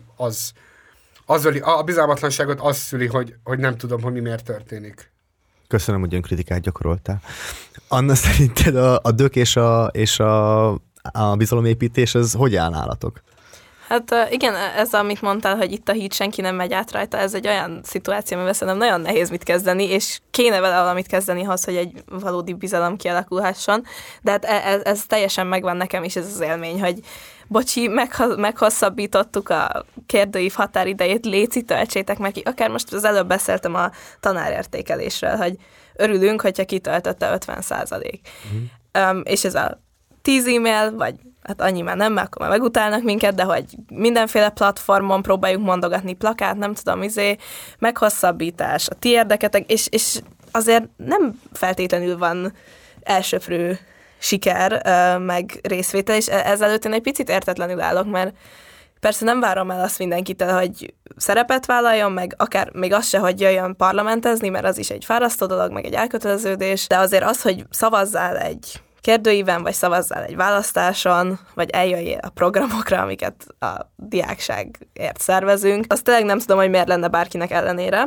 a bizalmatlanságot az szüli, hogy nem tudom, hogy mi miért történik. Köszönöm, hogy önkritikát gyakoroltál. Anna, szerinted a dök és a bizalomépítés, ez hogy áll nálatok? Hát igen, ez amit mondtál, hogy itt a híd, senki nem megy át rajta, ez egy olyan szituáció, amivel szerintem nagyon nehéz mit kezdeni, és kéne vele valamit kezdeni ahhoz, hogy egy valódi bizalom kialakulhasson, de hát ez teljesen megvan nekem is ez az élmény, hogy bocsi, meghosszabbítottuk a kérdőív határidejét, léci, töltsétek meg ki. Akár most az előbb beszéltem a tanárértékelésről, hogy örülünk, hogyha kitöltötte 50%. És ez a 10 e-mail, vagy hát annyi már nem, mert akkor már megutálnak minket, de hogy mindenféle platformon próbáljuk mondogatni, plakát, nem tudom, meghosszabbítás, a ti érdeketek, és azért nem feltétlenül van elsöprő siker, meg részvétel, és ezelőtt én egy picit értetlenül állok, mert persze nem várom el azt mindenkitől, hogy szerepet vállaljon, meg akár még azt se, hogy jöjjön parlamentezni, mert az is egy fárasztó dolog, meg egy elköteleződés, de azért az, hogy szavazzál egy kérdőíven, vagy szavazzál egy választáson, vagy eljöjjél a programokra, amiket a diákságért szervezünk, azt tényleg nem tudom, hogy miért lenne bárkinek ellenére.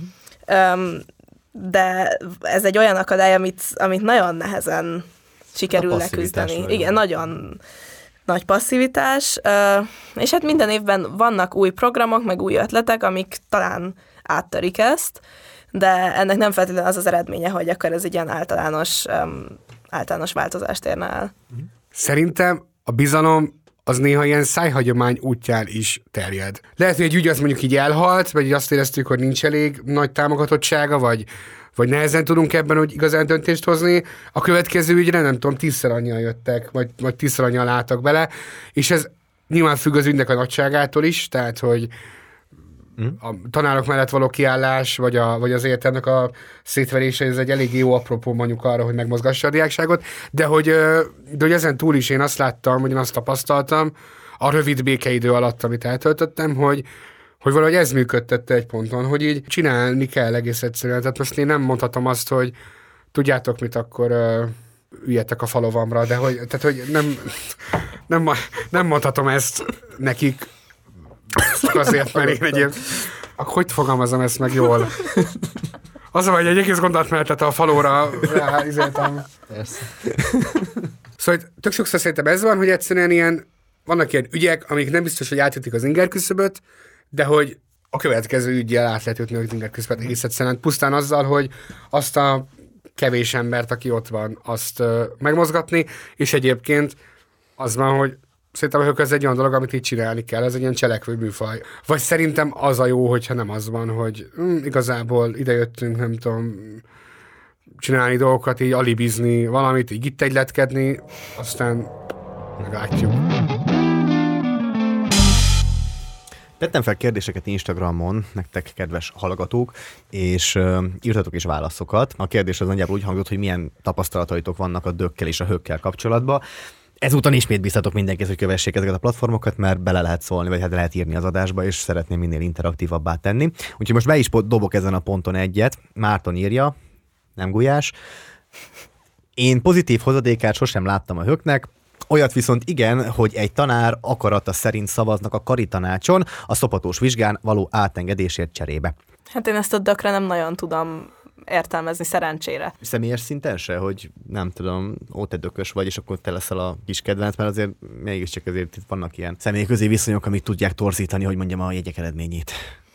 De ez egy olyan akadály, amit nagyon nehezen sikerül leküzdeni. Igen, nagyon nagy passzivitás, és hát minden évben vannak új programok, meg új ötletek, amik talán áttörik ezt, de ennek nem feltétlenül az az eredménye, hogy akkor ez egy ilyen általános változást érne el. Szerintem a bizalom az néha ilyen szájhagyomány útján is terjed. Lehet, hogy egy ügy az mondjuk így elhalt, vagy azt éreztük, hogy nincs elég nagy támogatottsága, vagy nehezen tudunk ebben hogy igazán döntést hozni. A következő ügyre, nem tudom, 10-szer annyian jöttek, vagy 10-szer annyian láttak bele, és ez nyilván függ az ügynek a nagyságától is, tehát, hogy a tanárok mellett való kiállás, vagy az életemnek a szétverése, ez egy elég jó apropó mondjuk arra, hogy megmozgassa a diákságot, de hogy ezen túl is én azt láttam, hogy én azt tapasztaltam a rövid békeidő alatt, amit eltöltöttem, hogy valahogy ez működtette egy ponton, hogy így csinálni kell egész egyszerűen. Tehát most én nem mondhatom azt, hogy tudjátok mit, akkor üljetek a falovamra, de hogy nem mondhatom ezt nekik, csak azért, mert én egyébként... Akkor hogy fogalmazom ezt meg jól? Az, hogy egy egész gondolatmenetet a falóra ráizéltem. Persze. Szóval tök sokszor szerintem ez van, hogy egyszerűen vannak ilyen ügyek, amik nem biztos, hogy átütik az ingerküszöböt, de hogy a következő ügyjel át lehet ütni az ingerküszöböt egész egyszerűen. Pusztán azzal, hogy azt a kevés embert, aki ott van, azt megmozgatni, és egyébként az van, hogy szerintem, hogy ez egy olyan dolog, amit így csinálni kell, ez egy ilyen cselekvő műfaj. Vagy szerintem az a jó, hogyha nem az van, hogy igazából idejöttünk, nem tudom, csinálni dolgokat, így alibizni valamit, így itt egyletkedni, aztán meglátjuk. Tettem fel kérdéseket Instagramon, nektek kedves hallgatók, és írtatok is válaszokat. A kérdés az nagyjából úgy hangzott, hogy milyen tapasztalataitok vannak a dökkel és a hökkel kapcsolatban. Ezúton ismét biztatok mindenkit, hogy kövessék ezeket a platformokat, mert bele lehet szólni, vagy hát lehet írni az adásba, és szeretném minél interaktívabbá tenni. Úgyhogy most be is dobok ezen a ponton egyet. Márton írja, nem Gulyás. Én pozitív hozadékát sosem láttam a höknek, olyat viszont igen, hogy egy tanár akarata szerint szavaznak a karitanácson a szopatós vizsgán való átengedésért cserébe. Hát én ezt a dökre nem nagyon tudom értelmezni, szerencsére. Személyes szinten se, hogy nem tudom, ó, te dökös vagy, és akkor te leszel a kis kedvenc, mert azért mégiscsak azért itt vannak ilyen személyközi viszonyok, amik tudják torzítani, hogy mondjam, a jegyek eredményét.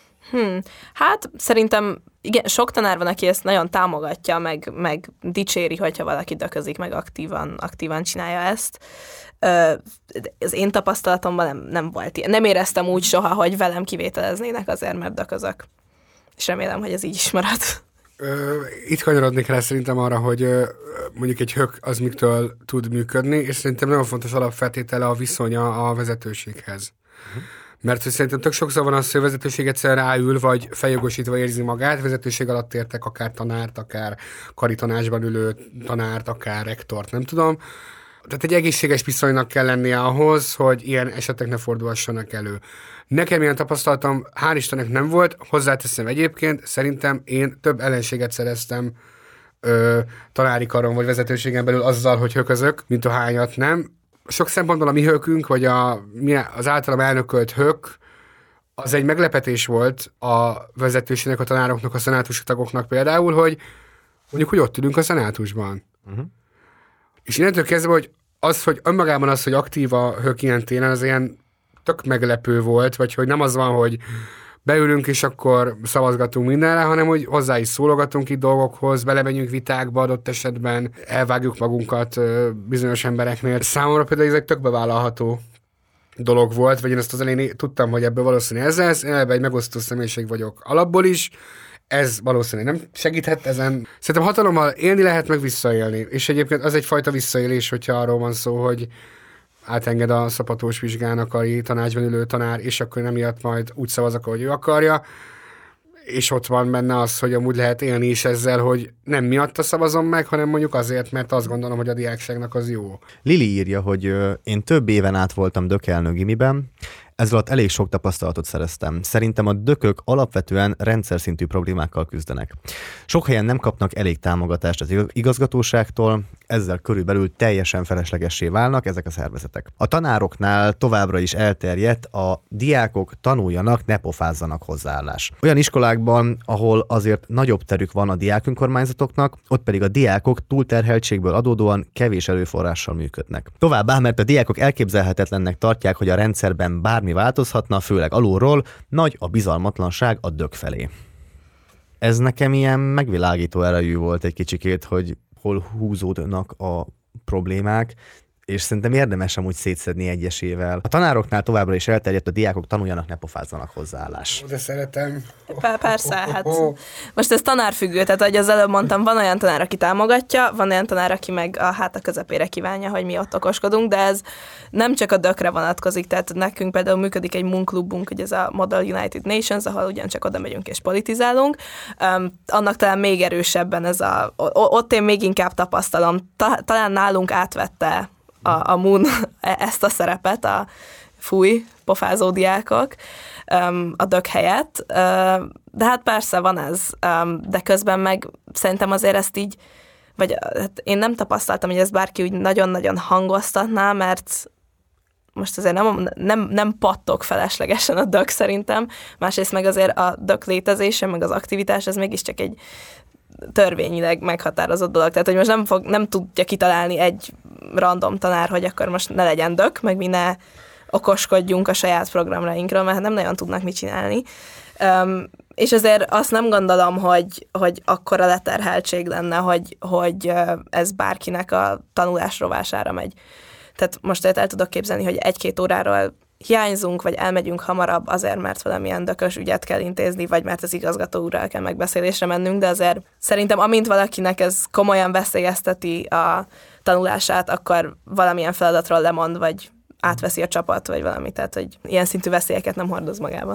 Hát szerintem igen, sok tanár van, aki ezt nagyon támogatja, meg dicséri, hogyha valaki döközik, meg aktívan csinálja ezt. Az én tapasztalatomban nem volt ilyen. Nem éreztem úgy soha, hogy velem kivételeznének azért, mert döközök. És remélem, hogy ez így is marad. Itt kanyarodni kell szerintem arra, hogy mondjuk egy hök az miktől tud működni, és szerintem nagyon fontos alapfeltétele a viszonya a vezetőséghez. Mert szerintem tök sokszor van az, hogy a vezetőség egyszer ráül, vagy feljogosítva érzi magát, vezetőség alatt értek akár tanárt, akár karitanásban ülő tanárt, akár rektort, nem tudom. Tehát egy egészséges viszonynak kell lennie ahhoz, hogy ilyen esetek ne fordulhassanak elő. Nekem ilyen tapasztalatom, hál' Istennek nem volt, hozzáteszem egyébként, szerintem én több ellenséget szereztem tanári karon vagy vezetőségen belül azzal, hogy höközök, mint a hányat nem. Sok szempontból a mi hökünk, vagy az általam elnökölt hök, az egy meglepetés volt a vezetőségnek, a tanároknak, a szenátusi tagoknak például, hogy mondjuk, hogy ott ülünk a szenátusban. És innentől kezdve, hogy önmagában az, hogy aktív a hök ilyen téren, az ilyen tök meglepő volt, vagy hogy nem az van, hogy beülünk, és akkor szavazgatunk mindenre, hanem hogy hozzá is szólogatunk itt dolgokhoz, belemegyünk vitákba adott esetben, elvágjuk magunkat bizonyos embereknél. Számomra például ez egy tök bevállalható dolog volt, vagy én ezt az elején tudtam, hogy ebből valószínűleg ez lesz, én ebben egy megosztó személyiség vagyok alapból is, ez valószínűleg nem segíthet ezen. Szerintem hatalommal élni lehet, meg visszaélni. És egyébként az egyfajta visszaélés, hogyha arról van szó, hogy átenged a szapatós vizsgán akari tanácsban ülő tanár, és akkor nem miatt majd úgy szavazok, ahogy ő akarja. És ott van benne az, hogy amúgy lehet élni is ezzel, hogy nem miatta szavazom meg, hanem mondjuk azért, mert azt gondolom, hogy a diákságnak az jó. Lili írja, hogy én több éven át voltam dökelnő gimiben, ezzel alatt elég sok tapasztalatot szereztem. Szerintem a dökök alapvetően rendszer szintű problémákkal küzdenek. Sok helyen nem kapnak elég támogatást az igazgatóságtól, ezzel körülbelül teljesen feleslegessé válnak ezek a szervezetek. A tanároknál továbbra is elterjedt a diákok tanuljanak, ne pofázzanak hozzáállás. Olyan iskolákban, ahol azért nagyobb terük van a diákönkormányzatoknak, ott pedig a diákok túlterheltségből adódóan kevés erőforrással működnek. Továbbá, mert a diákok elképzelhetetlennek tartják, hogy a rendszerben bármi változhatna, főleg alulról, nagy a bizalmatlanság a dök felé. Ez nekem ilyen megvilágító erejű volt egy kicsikét, hogy hol húzódnak a problémák, és szerintem érdemes amúgy szétszedni egyesével. A tanároknál továbbra is elterjedt a diákok tanuljanak, ne pofázzanak hozzáállás. De szeretem. Persze, hát most ez tanárfüggő, tehát ahogy az előbb mondtam, van olyan tanár, aki támogatja, van olyan tanár, aki meg a háta közepére kívánja, hogy mi ott okoskodunk, de ez nem csak a dökre vonatkozik, tehát nekünk például működik egy munklubunk, hogy ez a Model United Nations, ahol ugyancsak oda megyünk és politizálunk. Annak talán még erősebben ott én még inkább tapasztalom, talán nálunk átvette a MUN ezt a szerepet, a pofázó diákok a dök helyett, de hát persze van ez, de közben meg szerintem azért ezt így, vagy hát én nem tapasztaltam, hogy ezt bárki úgy nagyon-nagyon hangoztatná, mert most azért nem pattog feleslegesen a dök szerintem, másrészt meg azért a dök létezése, meg az aktivitás, ez mégiscsak egy törvényileg meghatározott dolog. Tehát, hogy most nem tudja kitalálni egy random tanár, hogy akkor most ne legyen dök, meg mi ne okoskodjunk a saját programrainkról, mert nem nagyon tudnak mit csinálni. És azért azt nem gondolom, hogy akkora leterheltség lenne, hogy ez bárkinek a tanulás rovására megy. Tehát most el tudok képzelni, hogy 1-2 óráról hiányzunk, vagy elmegyünk hamarabb azért, mert valamilyen dökös ügyet kell intézni, vagy mert az igazgató úrral kell megbeszélésre mennünk, de azért szerintem amint valakinek ez komolyan veszélyezteti a tanulását, akkor valamilyen feladatról lemond, vagy átveszi a csapat, vagy valami, tehát hogy ilyen szintű veszélyeket nem hordoz magában.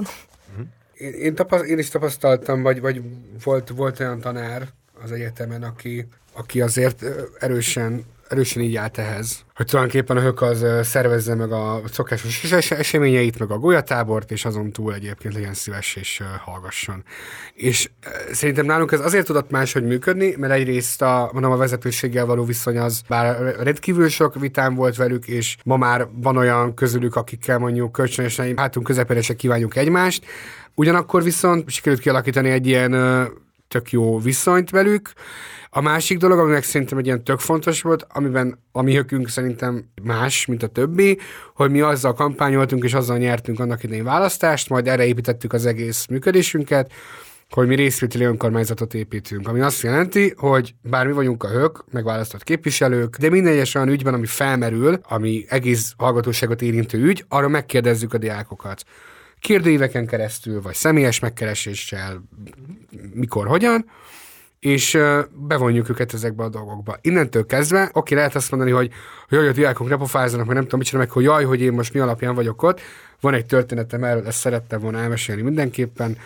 Én is tapasztaltam, vagy volt olyan tanár az egyetemen, aki azért erősen így állt ehhez. Hogy tulajdonképpen a HÖK az szervezze meg a szokásos eseményeit, meg a golyatábort, és azon túl egyébként legyen szíves és hallgasson. És szerintem nálunk ez azért tudott máshogy működni, mert egyrészt a vezetőséggel való viszony az, bár rendkívül sok vitám volt velük, és ma már van olyan közülük, akikkel mondjuk kölcsönösen hátunk közepére se kívánjuk egymást, ugyanakkor viszont sikerült kialakítani egy ilyen tök jó viszonyt velük. A másik dolog, aminek szerintem egy ilyen tök fontos volt, amiben a mi HÖK-ünk szerintem más, mint a többi, hogy mi azzal kampányoltunk, és azzal nyertünk annak idején választást, majd erre építettük az egész működésünket, hogy mi részvételi önkormányzatot építünk. Ami azt jelenti, hogy bár mi vagyunk a HÖK, megválasztott képviselők, de minden egyes olyan ügyben, ami felmerül, ami egész hallgatóságot érintő ügy, arra megkérdezzük a diákokat. Kérdőíveken keresztül, vagy személyes megkereséssel, mikor, hogyan, és bevonjuk őket ezekbe a dolgokba. Innentől kezdve, lehet azt mondani, hogy jaj, a diákok ne pofázzanak, mert nem tudom, mit csinálom, meg, hogy jaj, hogy én most mi alapján vagyok ott. Van egy történetem erről, ezt szerettem volna elmesélni mindenképpen.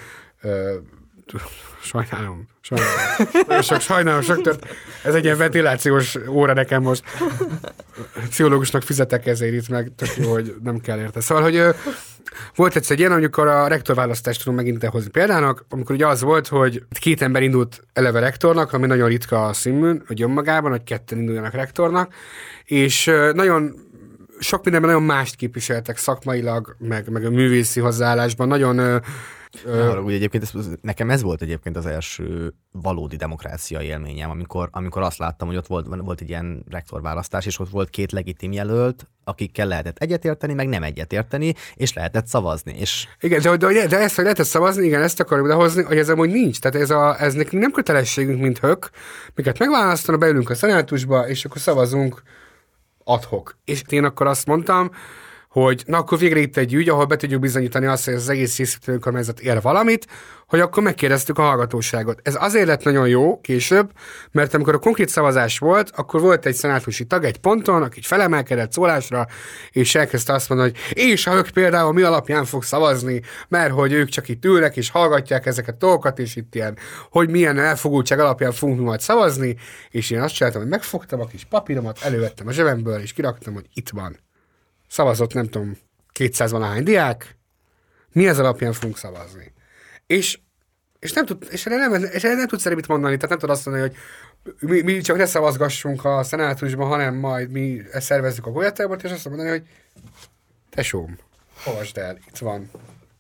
Sajnálom. Sajnálom, sok ez egy ilyen ventilációs óra nekem most. Pszichológusnak fizetek ezért itt meg, tök jó, hogy nem kell érte. Szóval, hogy volt egyszer egy ilyen, amikor a rektorválasztást tudom megint elhozni példának, amikor ugye az volt, hogy 2 ember indult eleve rektornak, ami nagyon ritka a színműn, hogy önmagában, hogy 2 induljanak rektornak, és nagyon sok mindenben nagyon mást képviseltek szakmailag, meg a művészi hozzáállásban, nagyon Úgy egyébként nekem ez volt egyébként az első valódi demokrácia élményem, amikor azt láttam, hogy ott volt egy ilyen rektorválasztás, és ott volt 2 legitim jelölt, akikkel lehetett egyetérteni, meg nem egyetérteni, és lehetett szavazni. És... Igen, de ezt, hogy lehetett szavazni, igen, ezt akarom lehozni, hogy ez amúgy nincs. Tehát ez nekünk nem kötelességünk, mint HÖK, miket megválasztanak, beülünk a szenátusba, és akkor szavazunk ad hoc. És én akkor azt mondtam, hogy na akkor végre itt egy ügy, ahol be tudjuk bizonyítani azt, hogy az egész részvételő önkormányzat ér valamit, hogy akkor megkérdeztük a hallgatóságot. Ez azért lett nagyon jó később, mert amikor a konkrét szavazás volt, akkor volt egy szenátusi tag egy ponton, aki felemelkedett szólásra, és elkezdte azt mondani, hogy és ha ők például mi alapján fog szavazni, mert hogy ők csak itt ülnek és hallgatják ezeket a dolgokat, és itt ilyen, hogy milyen elfogultság alapján fogunk majd szavazni, és én azt csináltam, hogy megfogtam a kis papíromat, elővettem a zsebemből, és kiraktam, hogy itt van. Szavazott, nem tudom, 200 valahány diák, mi ez alapján fogunk szavazni. És erre nem tudsz mit mondani, tehát nem tudod azt mondani, hogy mi csak ne szavazgassunk a szenátusban, hanem majd mi szervezzük a golyatábort, és azt mondani, hogy tesóm, olvasd el, itt van.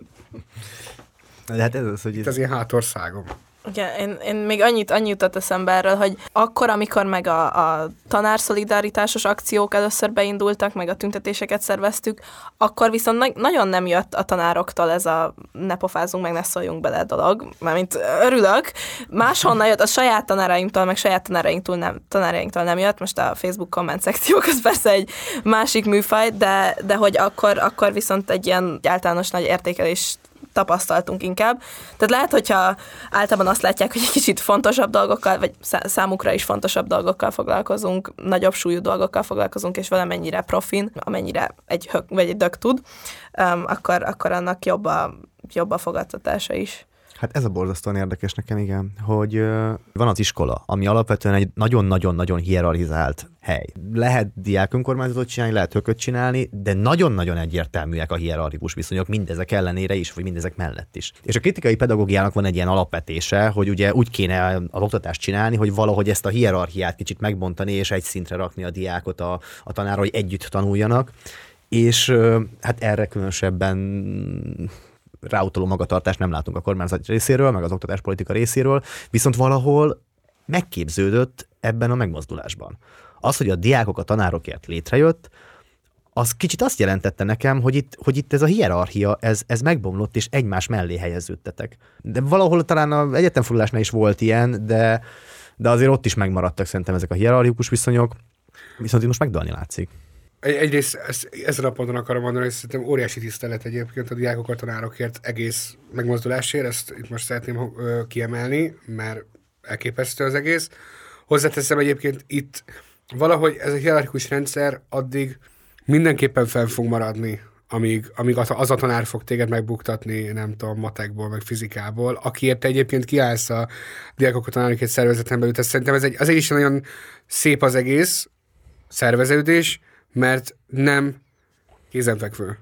De hát ez az, hogy itt az én hátországom. Igen, én még annyit jutott eszembe erről, hogy akkor, amikor meg a tanárszolidaritásos akciók először beindultak, meg a tüntetéseket szerveztük, akkor viszont nagyon nem jött a tanároktól ez a ne pofázunk, meg ne szóljunk bele dolog, mármint örülök. Máshonnan jött, a saját tanárainktól, meg saját tanárainktól nem jött, most a Facebook komment szekciók az persze egy másik műfaj, de hogy akkor viszont egy ilyen általános nagy értékelés tapasztaltunk inkább. Tehát lehet, hogyha általában azt látják, hogy egy kicsit fontosabb dolgokkal, vagy számukra is fontosabb dolgokkal foglalkozunk, nagyobb súlyú dolgokkal foglalkozunk, és valamennyire profin, amennyire egy dög tud, akkor annak jobb a fogadtatása is. Hát ez a borzasztóan érdekes nekem, igen, hogy van az iskola, ami alapvetően egy nagyon-nagyon-nagyon hierarchizált hely. Lehet diák önkormányzatot csinálni, lehet hököt csinálni, de nagyon-nagyon egyértelműek a hierarchikus viszonyok mindezek ellenére is, vagy mindezek mellett is. És a kritikai pedagógiának van egy ilyen alapvetése, hogy ugye úgy kéne az oktatást csinálni, hogy valahogy ezt a hierarchiát kicsit megbontani, és egy szintre rakni a diákot a tanárra, hogy együtt tanuljanak. És hát erre különösebben ráutaló magatartást nem látunk a kormányzat részéről, meg az oktatáspolitika részéről, viszont valahol megképződött ebben a megmozdulásban. Az, hogy a diákok a tanárokért létrejött, az kicsit azt jelentette nekem, hogy itt ez a hierarchia, ez megbomlott, és egymás mellé helyeződtetek. De valahol talán az egyetemfordulásnál is volt ilyen, de azért ott is megmaradtak szerintem ezek a hierarchikus viszonyok, viszont itt most megdalni látszik. Egyrészt ezen a ponton akarom mondani, hogy szerintem óriási tisztelet egyébként a diákok a tanárokért egész megmozdulásért, ezt itt most szeretném kiemelni, mert elképesztő az egész. Hozzáteszem egyébként itt valahogy ez a hierarchikus rendszer addig mindenképpen fel fog maradni, amíg az a tanár fog téged megbuktatni, nem tudom, matekból, meg fizikából, akiért te egyébként kiállsz a diákok a tanárokért szervezeten belül. Szerintem ez is nagyon szép az egész szerveződés, mert nem kézenfekvő.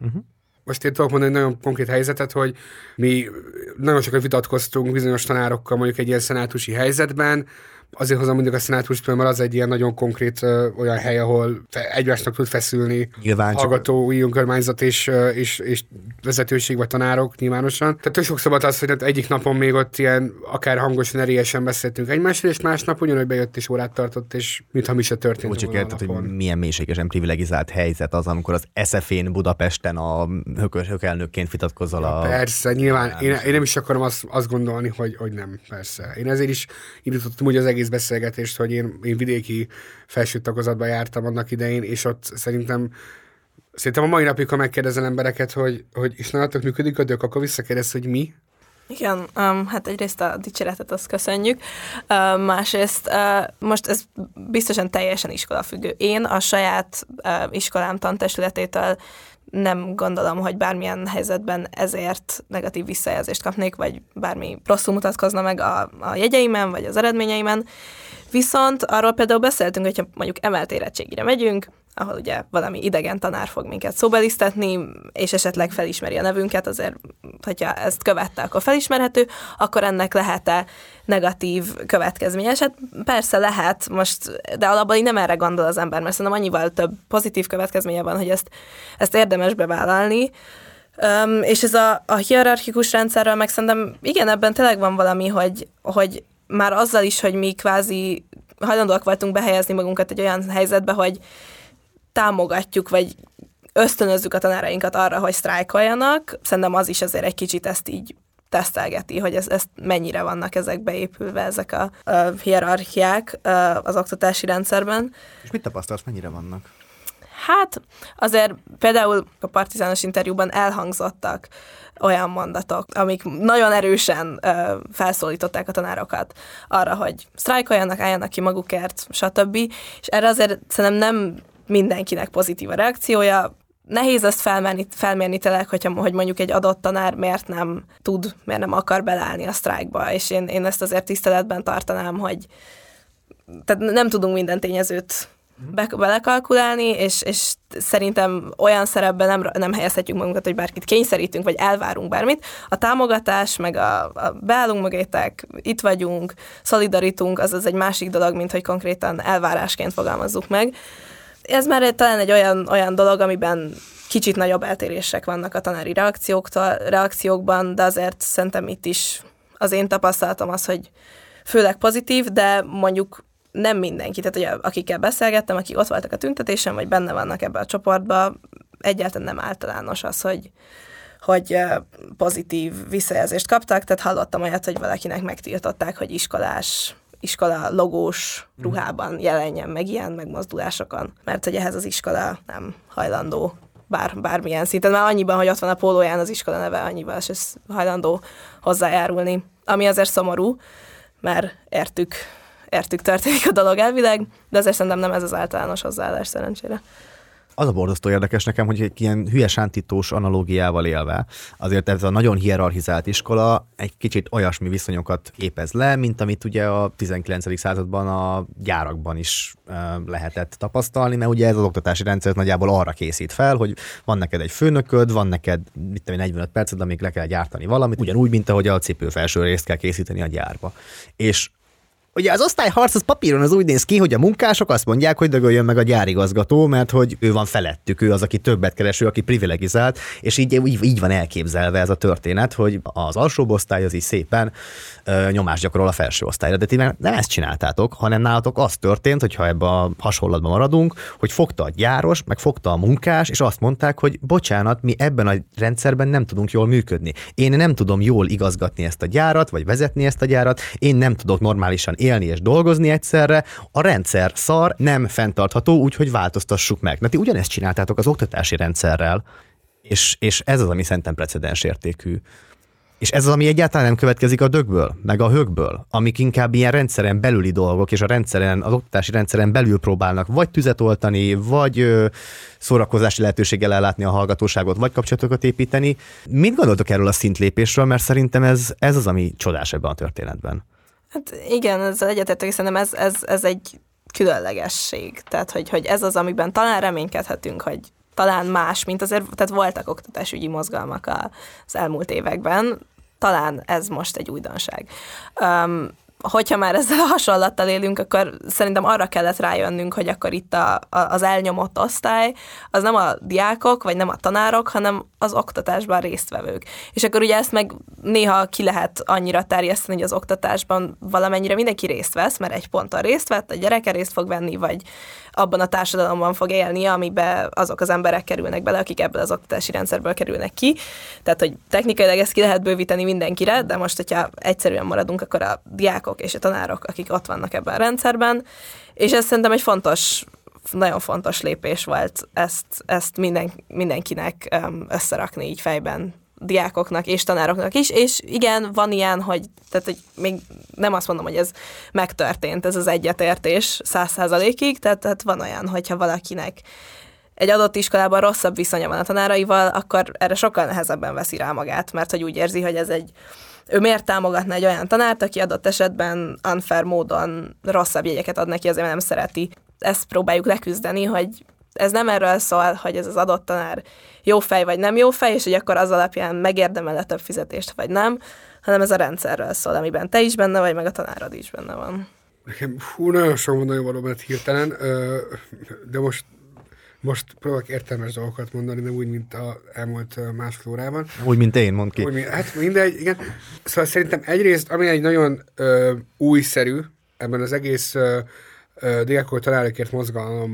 Most én tudok mondani egy nagyon konkrét helyzetet, hogy mi nagyon sokat vitatkoztunk bizonyos tanárokkal mondjuk egy ilyen szenátusi helyzetben, azért hozom mindig a szenátust, mert az egy ilyen nagyon konkrét olyan hely, ahol egymásnak tud feszülni hallgatói önkormányzat és vezetőség vagy tanárok nyilvánosan. Tehát tök sokszor volt az, hogy egyik napon még ott ilyen akár hangosan, erélyesen beszéltünk egymással, és másnap ugyanúgy bejött és órát tartott, és mintha mi se történt volna a napon. Hogy milyen mélységesen privilegizált helyzet az, amikor az SF-én Budapesten a hökelnökként vitatkozol Persze, nyilván. Én nem is akarom azt gondolni, hogy nem, persze. Én ezért is indítottam úgy az egész beszélgetést, hogy én vidéki felső tagozatban jártam annak idején, és ott szerintem a mai napig, ha megkérdezel embereket, hogy és nálatok működik a dök, akkor visszakérdez, hogy mi? Igen, hát egyrészt a dicséretet azt köszönjük, másrészt most ez biztosan teljesen iskolafüggő. Én a saját iskolám tantestületétől nem gondolom, hogy bármilyen helyzetben ezért negatív visszajelzést kapnék, vagy bármi rosszul mutatkozna meg a jegyeimen, vagy az eredményeimen. Viszont arról például beszéltünk, hogyha mondjuk emelt érettségire megyünk, ahol ugye valami idegen tanár fog minket szóbelisztetni, és esetleg felismeri a nevünket, azért, hogyha ezt követte, akkor felismerhető, akkor ennek lehet-e negatív következménye? Hát persze lehet most, de alapból így nem erre gondol az ember, mert szerintem annyival több pozitív következménye van, hogy ezt érdemes bevállalni. És ez a hierarchikus rendszerről meg szerintem igen, ebben tényleg van valami, hogy már azzal is, hogy mi kvázi hajlandóak voltunk behelyezni magunkat egy olyan helyzetbe, hogy támogatjuk, vagy ösztönözzük a tanárainkat arra, hogy sztrájkoljanak. Szerintem az is azért egy kicsit ezt így tesztelgeti, hogy ezt mennyire vannak ezek beépülve, ezek a hierarchiák az oktatási rendszerben. És mit tapasztalsz, mennyire vannak? Hát azért például a Partizános interjúban elhangzottak olyan mondatok, amik nagyon erősen felszólították a tanárokat arra, hogy sztrájkoljanak, álljanak ki magukért, stb. És erre azért szerintem nem mindenkinek pozitív a reakciója. Nehéz ezt felmérni tényleg, hogy mondjuk egy adott tanár miért nem akar beleállni a sztrájkba, és én ezt azért tiszteletben tartanám, hogy tehát nem tudunk minden tényezőt belekalkulálni, és szerintem olyan szerepben nem helyezhetjük magunkat, hogy bárkit kényszerítünk, vagy elvárunk bármit. A támogatás, meg a beállunk mögétek, itt vagyunk, szolidarítunk, az egy másik dolog, mint hogy konkrétan elvárásként fogalmazzuk meg. Ez már talán egy olyan dolog, amiben kicsit nagyobb eltérések vannak a tanári reakciókban, de azért szerintem itt is az én tapasztalatom az, hogy főleg pozitív, de mondjuk nem mindenki, tehát ugye, akikkel beszélgettem, akik ott voltak a tüntetésen, vagy benne vannak ebbe a csoportba, egyáltalán nem általános az, hogy pozitív visszajelzést kaptak, tehát hallottam olyat, hogy valakinek megtiltották, hogy iskola logós ruhában jelenjen meg ilyen megmozdulásokon, mert hogy ehhez az iskola nem hajlandó bármilyen szinten, már annyiban, hogy ott van a pólóján az iskola neve, annyiban is hajlandó hozzájárulni, ami azért szomorú, mert értük történik a dolog elvileg, de azért szerintem nem ez az általános hozzáállás szerencsére. Az a borzasztó érdekes nekem, hogy egy ilyen hülye sántítós analógiával élve, azért ez a nagyon hierarchizált iskola egy kicsit olyasmi viszonyokat képez le, mint amit ugye a 19. században a gyárakban is lehetett tapasztalni, mert ugye ez az oktatási rendszer nagyjából arra készít fel, hogy van neked egy főnököd, van neked 45 perced, amíg le kell gyártani valamit, ugyanúgy, mint ahogy a cipőfelső részt kell készíteni a gyárba. És ugye az osztályharc az papíron az úgy néz ki, hogy a munkások azt mondják, hogy dögöljön meg a gyárigazgató, mert hogy ő van felettük, ő az, aki többet kereső, aki privilegizált, és így van elképzelve ez a történet, hogy az alsóbb osztály az így szépen nyomást gyakorol a felső osztályra. De ti nem ezt csináltátok, hanem nálatok az történt, hogyha ebbe a hasonlatban maradunk, hogy fogta a gyáros, meg fogta a munkás, és azt mondták, hogy bocsánat, mi ebben a rendszerben nem tudunk jól működni. Én nem tudom jól igazgatni ezt a gyárat, vagy vezetni ezt a gyárat, én nem tudok normálisan élni és dolgozni egyszerre, a rendszer szar, nem fenntartható, úgyhogy változtassuk meg. Na ti ugyanezt csináltátok az oktatási rendszerrel, és ez az, ami szerintem precedens értékű. És ez az, ami egyáltalán nem következik a dögből, meg a högből, amik inkább ilyen rendszeren belüli dolgok, és az oktatási rendszeren belül próbálnak vagy tüzet oltani, vagy szórakozási lehetőséggel ellátni a hallgatóságot, vagy kapcsolatokat építeni. Mit gondoltok erről a szintlépésről, mert szerintem ez az, ami csodás ebben a történetben. Hát igen, ezzel egyetértek, szerintem ez egy különlegesség. Tehát, hogy ez az, amiben talán reménykedhetünk, hogy talán más, mint azért, tehát voltak oktatásügyi mozgalmak az elmúlt években, talán ez most egy újdonság. Hogyha már ezzel a hasonlattal élünk, akkor szerintem arra kellett rájönnünk, hogy akkor itt az elnyomott osztály, az nem a diákok, vagy nem a tanárok, hanem az oktatásban résztvevők. És akkor ugye ezt meg néha ki lehet annyira terjeszteni, hogy az oktatásban valamennyire mindenki részt vesz, mert egy ponton részt vett, a gyereke részt fog venni, vagy abban a társadalomban fog élni, amiben azok az emberek kerülnek bele, akik ebből az oktatási rendszerből kerülnek ki. Tehát, hogy technikailag ezt ki lehet bővíteni mindenkire, de most, hogyha egyszerűen maradunk, akkor a diákok és a tanárok, akik ott vannak ebben a rendszerben, és ez szerintem egy nagyon fontos lépés volt ezt mindenkinek összerakni így fejben, diákoknak és tanároknak is, és igen, van ilyen, hogy még nem azt mondom, hogy ez megtörtént, ez az egyetértés 100%-ig, tehát van olyan, hogyha valakinek egy adott iskolában rosszabb viszonya van a tanáraival, akkor erre sokkal nehezebben veszi rá magát, mert hogy úgy érzi, hogy ő miért támogatna egy olyan tanárt, aki adott esetben unfair módon rosszabb jegyeket ad neki, azért nem szereti. Ezt próbáljuk leküzdeni, hogy ez nem erről szól, hogy ez az adott tanár jó fej vagy nem jó fej, és hogy akkor az alapján megérdemel több fizetést vagy nem, hanem ez a rendszerről szól, amiben te is benne vagy, meg a tanárod is benne van. Nekem nagyon sok mondani való mert hirtelen, de most próbálok értelmes dolgokat mondani, nem úgy, mint az elmúlt másfél órában. Úgy, mint én, mondd ki. Hát mindegy, igen. Szóval szerintem egyrészt, ami egy nagyon újszerű ebben az egész diákok tanárokért mozgalomban,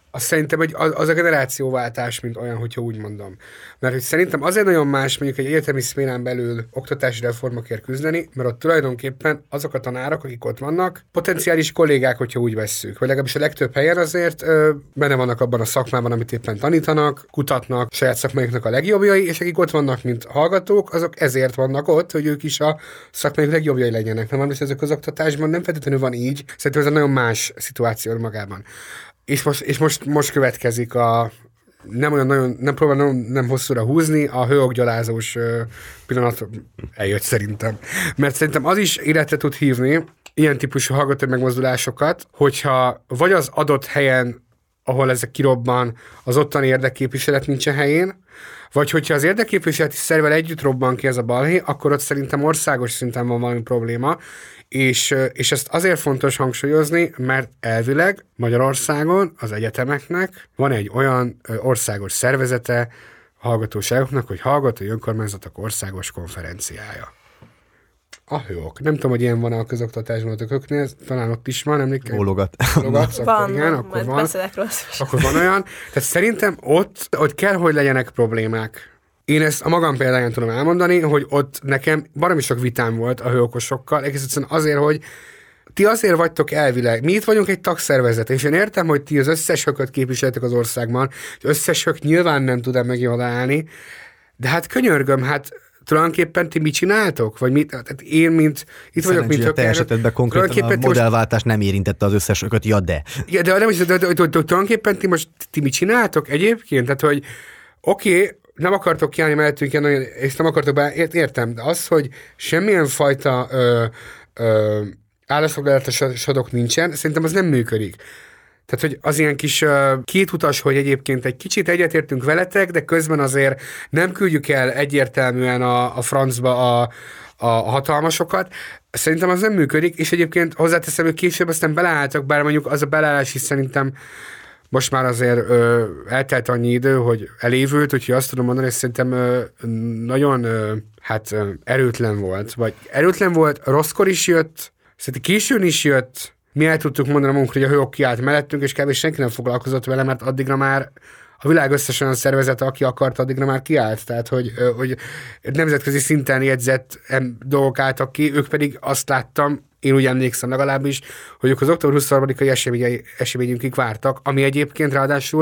az szerintem az a generációváltás, mint olyan, hogyha úgy mondom. Mert hogy szerintem azért nagyon más mondjuk egy egyetemi szférán belül oktatási reformokért küzdeni, mert ott tulajdonképpen azok a tanárok, akik ott vannak, potenciális kollégák, hogyha úgy vesszük. Vagy legalábbis a legtöbb helyen azért benne vannak abban a szakmában, amit éppen tanítanak, kutatnak, saját szakmájuknak a legjobbjai, és akik ott vannak, mint hallgatók, azok ezért vannak ott, hogy ők is a szakmájuk legjobbjai legyenek. Nem, és ezek az oktatásban nem feltétlenül van így. Szerintem ez egy nagyon más szituáció magában. És most következik nem próbálom nem hosszúra húzni, a hőokgyalázós pillanat eljött szerintem. Mert szerintem az is életre tud hívni ilyen típusú hallgató megmozdulásokat, hogyha vagy az adott helyen, ahol ezek kirobban, az ottani érdekképviselet nincsen helyén, vagy hogyha az érdekképviseleti szervvel együtt robban ki ez a balhé, akkor ott szerintem országos szinten van valami probléma, és ezt azért fontos hangsúlyozni, mert elvileg Magyarországon az egyetemeknek van egy olyan országos szervezete hallgatóságoknak, hogy Hallgatói Önkormányzatok Országos Konferenciája. A hőok. Nem tudom, hogy ilyen van a közoktatásban a tököknél, talán ott is van, emlékszem. Bólogatsz, akkor igen, akkor van. Akkor van olyan. Tehát szerintem ott kell, hogy legyenek problémák. Én ezt a magam példáján tudom elmondani, hogy ott nekem baromi sok vitám volt a hőokosokkal, egész egyszerűen azért, hogy ti azért vagytok elvileg. Mi itt vagyunk egy tagszervezet, és én értem, hogy ti az összes hököt képviseltek az országban, az összes hök nyilván nem tud megoldani, de hát könyörgöm, hát tulajdonképpen ti mit csináltok? Vagy mit? Tehát én, mint itt vagyok, mint a te esetedben konkrétan a modellváltás nem érintette az összes ököt, de nem is, tulajdonképpen ti mit csináltok egyébként? Tehát, hogy oké, nem akartok kiállni mellettünk, és nem akartok értem, de az, hogy semmilyen fajta állásfoglalásodok nincsen, szerintem az nem működik. Tehát, hogy az ilyen kis kétutas, hogy egyébként egy kicsit egyetértünk veletek, de közben azért nem küldjük el egyértelműen a francba a hatalmasokat. Szerintem az nem működik, és egyébként hozzáteszem, hogy később aztán beleálltak, bár mondjuk az a beleállás is szerintem most már azért eltelt annyi idő, hogy elévült, úgyhogy azt tudom mondani, hogy szerintem nagyon erőtlen volt. Vagy erőtlen volt, rosszkor is jött, szerintem későn is jött, mi el tudtuk mondani magunkra, hogy a hőok kiállt mellettünk, és kb. Senki nem foglalkozott vele, mert addigra már a világ összes olyan szervezete, aki akart, addigra már kiállt. Tehát, hogy nemzetközi szinten jegyzett dolgok álltak ki, ők pedig azt láttam, én úgy emlékszem legalábbis, hogy ők az október 23-ai eseményünkig vártak, ami egyébként ráadásul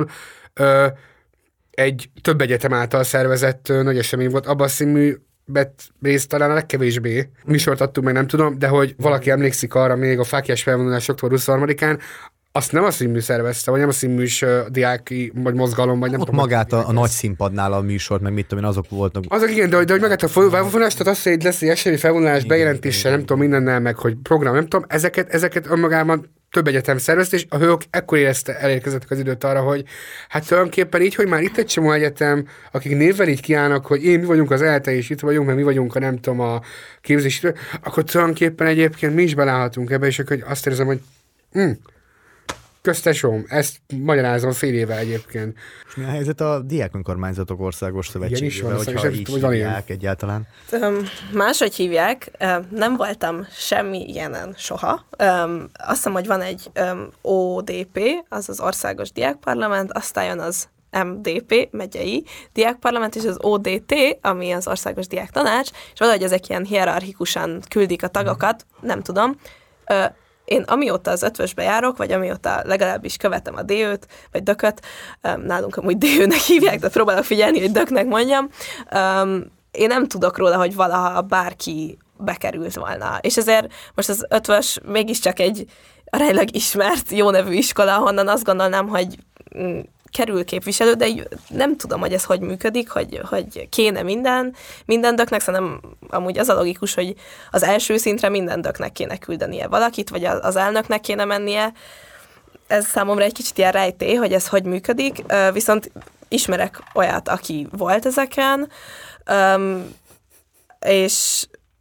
egy több egyetem által szervezett nagy esemény volt. Abban a színmű részt talán a legkevésbé. Műsort adtunk meg, nem tudom, de hogy valaki emlékszik arra még a fáklyás felvonulás október 23-án, azt nem a színmű szervezte, vagy nem a színműs diáki, vagy mozgalom, vagy nem ott tudom. Magát a nagy színpadnál a műsort, meg mit tudom én, azok voltak. Azok igen, de hogy magát a felvonulást, tehát azt, hogy lesz egy esély felvonulás bejelentéssel, nem tudom, mindennel, meg hogy program, nem tudom, ezeket önmagában több egyetem szervezte, és a hők ekkor elérkezettek az időt arra, hogy hát tulajdonképpen így, hogy már itt egy csomó egyetem, akik névvel így kiállnak, hogy mi vagyunk az ELTE, és itt vagyunk, mert mi vagyunk a nem tudom a képzésről, akkor tulajdonképpen egyébként mi is belállhatunk ebbe, és akkor azt érzem, hogy köztesóm, ezt magyarázom fél éve egyébként. És mi a helyzet a Diák Önkormányzatok Országos Szövetségével, hogyha így hívják egyáltalán? Máshogy hívják, nem voltam semmi ilyenen soha. Azt hiszem, hogy van egy ODP, az az Országos Diákparlament, aztán jön az MDP, megyei diákparlament, és az ODT, ami az Országos Diáktanács, és valahogy ezek ilyen hierarchikusan küldik a tagokat, nem tudom. Én amióta az ötvösbe járok, vagy amióta legalábbis követem a DÖ-t, vagy dököt, nálunk amúgy DÖ-nek hívják, de próbálok figyelni, hogy döknek mondjam, én nem tudok róla, hogy valaha bárki bekerült volna. És ezért most az ötvös mégiscsak egy aránylag ismert, jó nevű iskola, ahonnan azt gondolnám, hogy kerül képviselő, de így nem tudom, hogy ez hogy működik, hogy kéne minden döknek, szerintem amúgy az a logikus, hogy az első szintre minden döknek kéne küldenie valakit, vagy az elnöknek kéne mennie. Ez számomra egy kicsit ilyen rejtély, hogy ez hogy működik, viszont ismerek olyat, aki volt ezeken, és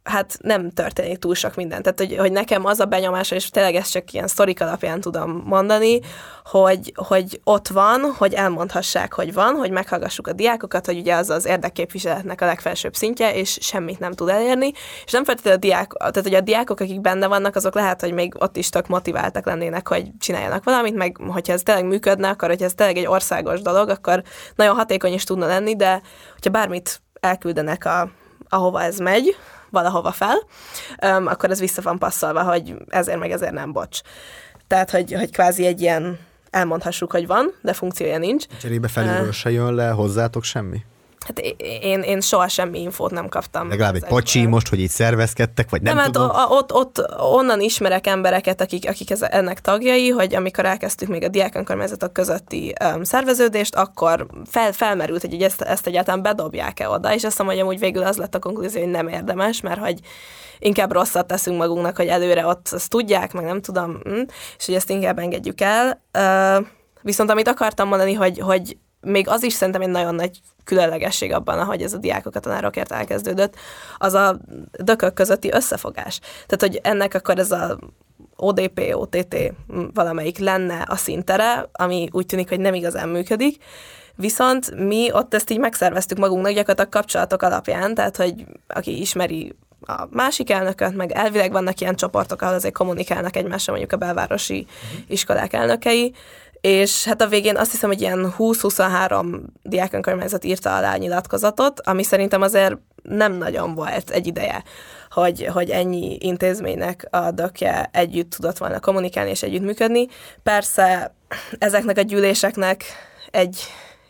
hát nem történik túl sok minden. Tehát, hogy nekem az a benyomása, és tényleg ezt csak ilyen sztorik alapján tudom mondani, hogy ott van, hogy elmondhassák, hogy van, hogy meghallgassuk a diákokat, hogy ugye az érdekképviseletnek a legfelsőbb szintje, és semmit nem tud elérni, és nem feltétlenül tehát, hogy a diákok, akik benne vannak, azok lehet, hogy még ott is tök motiváltak lennének, hogy csináljanak valamit, meg hogyha ez tényleg működne, akkor hogyha ez tényleg egy országos dolog, akkor nagyon hatékony is tudna lenni, de hogyha bármit elküldenek ahova ez megy, valahova fel, akkor ez vissza van passzolva, hogy ezért meg ezért nem, bocs. Tehát, hogy kvázi egy ilyen elmondhassuk, hogy van, de funkciója nincs. Cserébe felülről se jön le hozzátok semmi? Hát én soha semmi infót nem kaptam. Legalább egy pacsi most, hogy így szervezkedtek, vagy nem tudom? Hát ott onnan ismerek embereket, akik ennek tagjai, hogy amikor elkezdtük még a diákönkormányzatok közötti szerveződést, akkor felmerült, hogy ezt egyáltalán bedobják-e oda, és azt mondom, hogy amúgy végül az lett a konklúzió, hogy nem érdemes, mert hogy inkább rosszat teszünk magunknak, hogy előre ott azt tudják, meg nem tudom, és hogy ezt inkább engedjük el. Viszont amit akartam mondani, hogy még az is szerintem egy nagyon nagy különlegesség abban, ahogy ez a diákok a tanárokért elkezdődött, az a dökök közötti összefogás. Tehát, hogy ennek akkor ez a ODP, OTT valamelyik lenne a színtere, ami úgy tűnik, hogy nem igazán működik, viszont mi ott ezt így megszerveztük magunknak gyakorlatilag kapcsolatok alapján, tehát, hogy aki ismeri a másik elnököt, meg elvileg vannak ilyen csoportok, ahol azért kommunikálnak egymással, mondjuk a belvárosi iskolák elnökei, és hát a végén azt hiszem, hogy ilyen 20-23 diákönkormányzat írta alá nyilatkozatot, ami szerintem azért nem nagyon volt egy ideje, hogy ennyi intézménynek a dökje együtt tudott volna kommunikálni és együttműködni. Persze ezeknek a gyűléseknek egy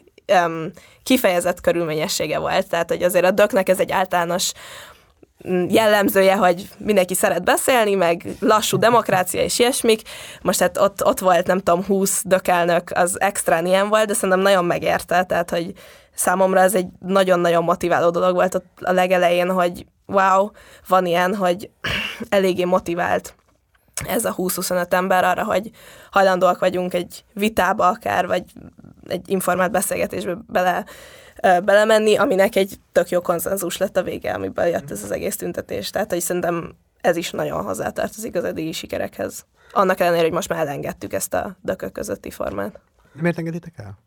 kifejezett körülményessége volt, tehát hogy azért a döknek ez egy általános jellemzője, hogy mindenki szeret beszélni, meg lassú demokrácia és ilyesmik. Most hát ott volt, nem tudom, 20 dökelnök, az extrán ilyen volt, de szerintem nagyon megérte, tehát hogy számomra ez egy nagyon-nagyon motiváló dolog volt ott a legelején, hogy wow, van ilyen, hogy eléggé motivált ez a 20-25 ember arra, hogy hajlandóak vagyunk egy vitába akár, vagy egy informált beszélgetésbe belemenni, aminek egy tök jó konszenzus lett a vége, amiből jött ez az egész tüntetés. Tehát, hogy szerintem ez is nagyon hozzátartozik az eddigi sikerekhez. Annak ellenére, hogy most már elengedtük ezt a dökök közötti formát. Miért engeditek el?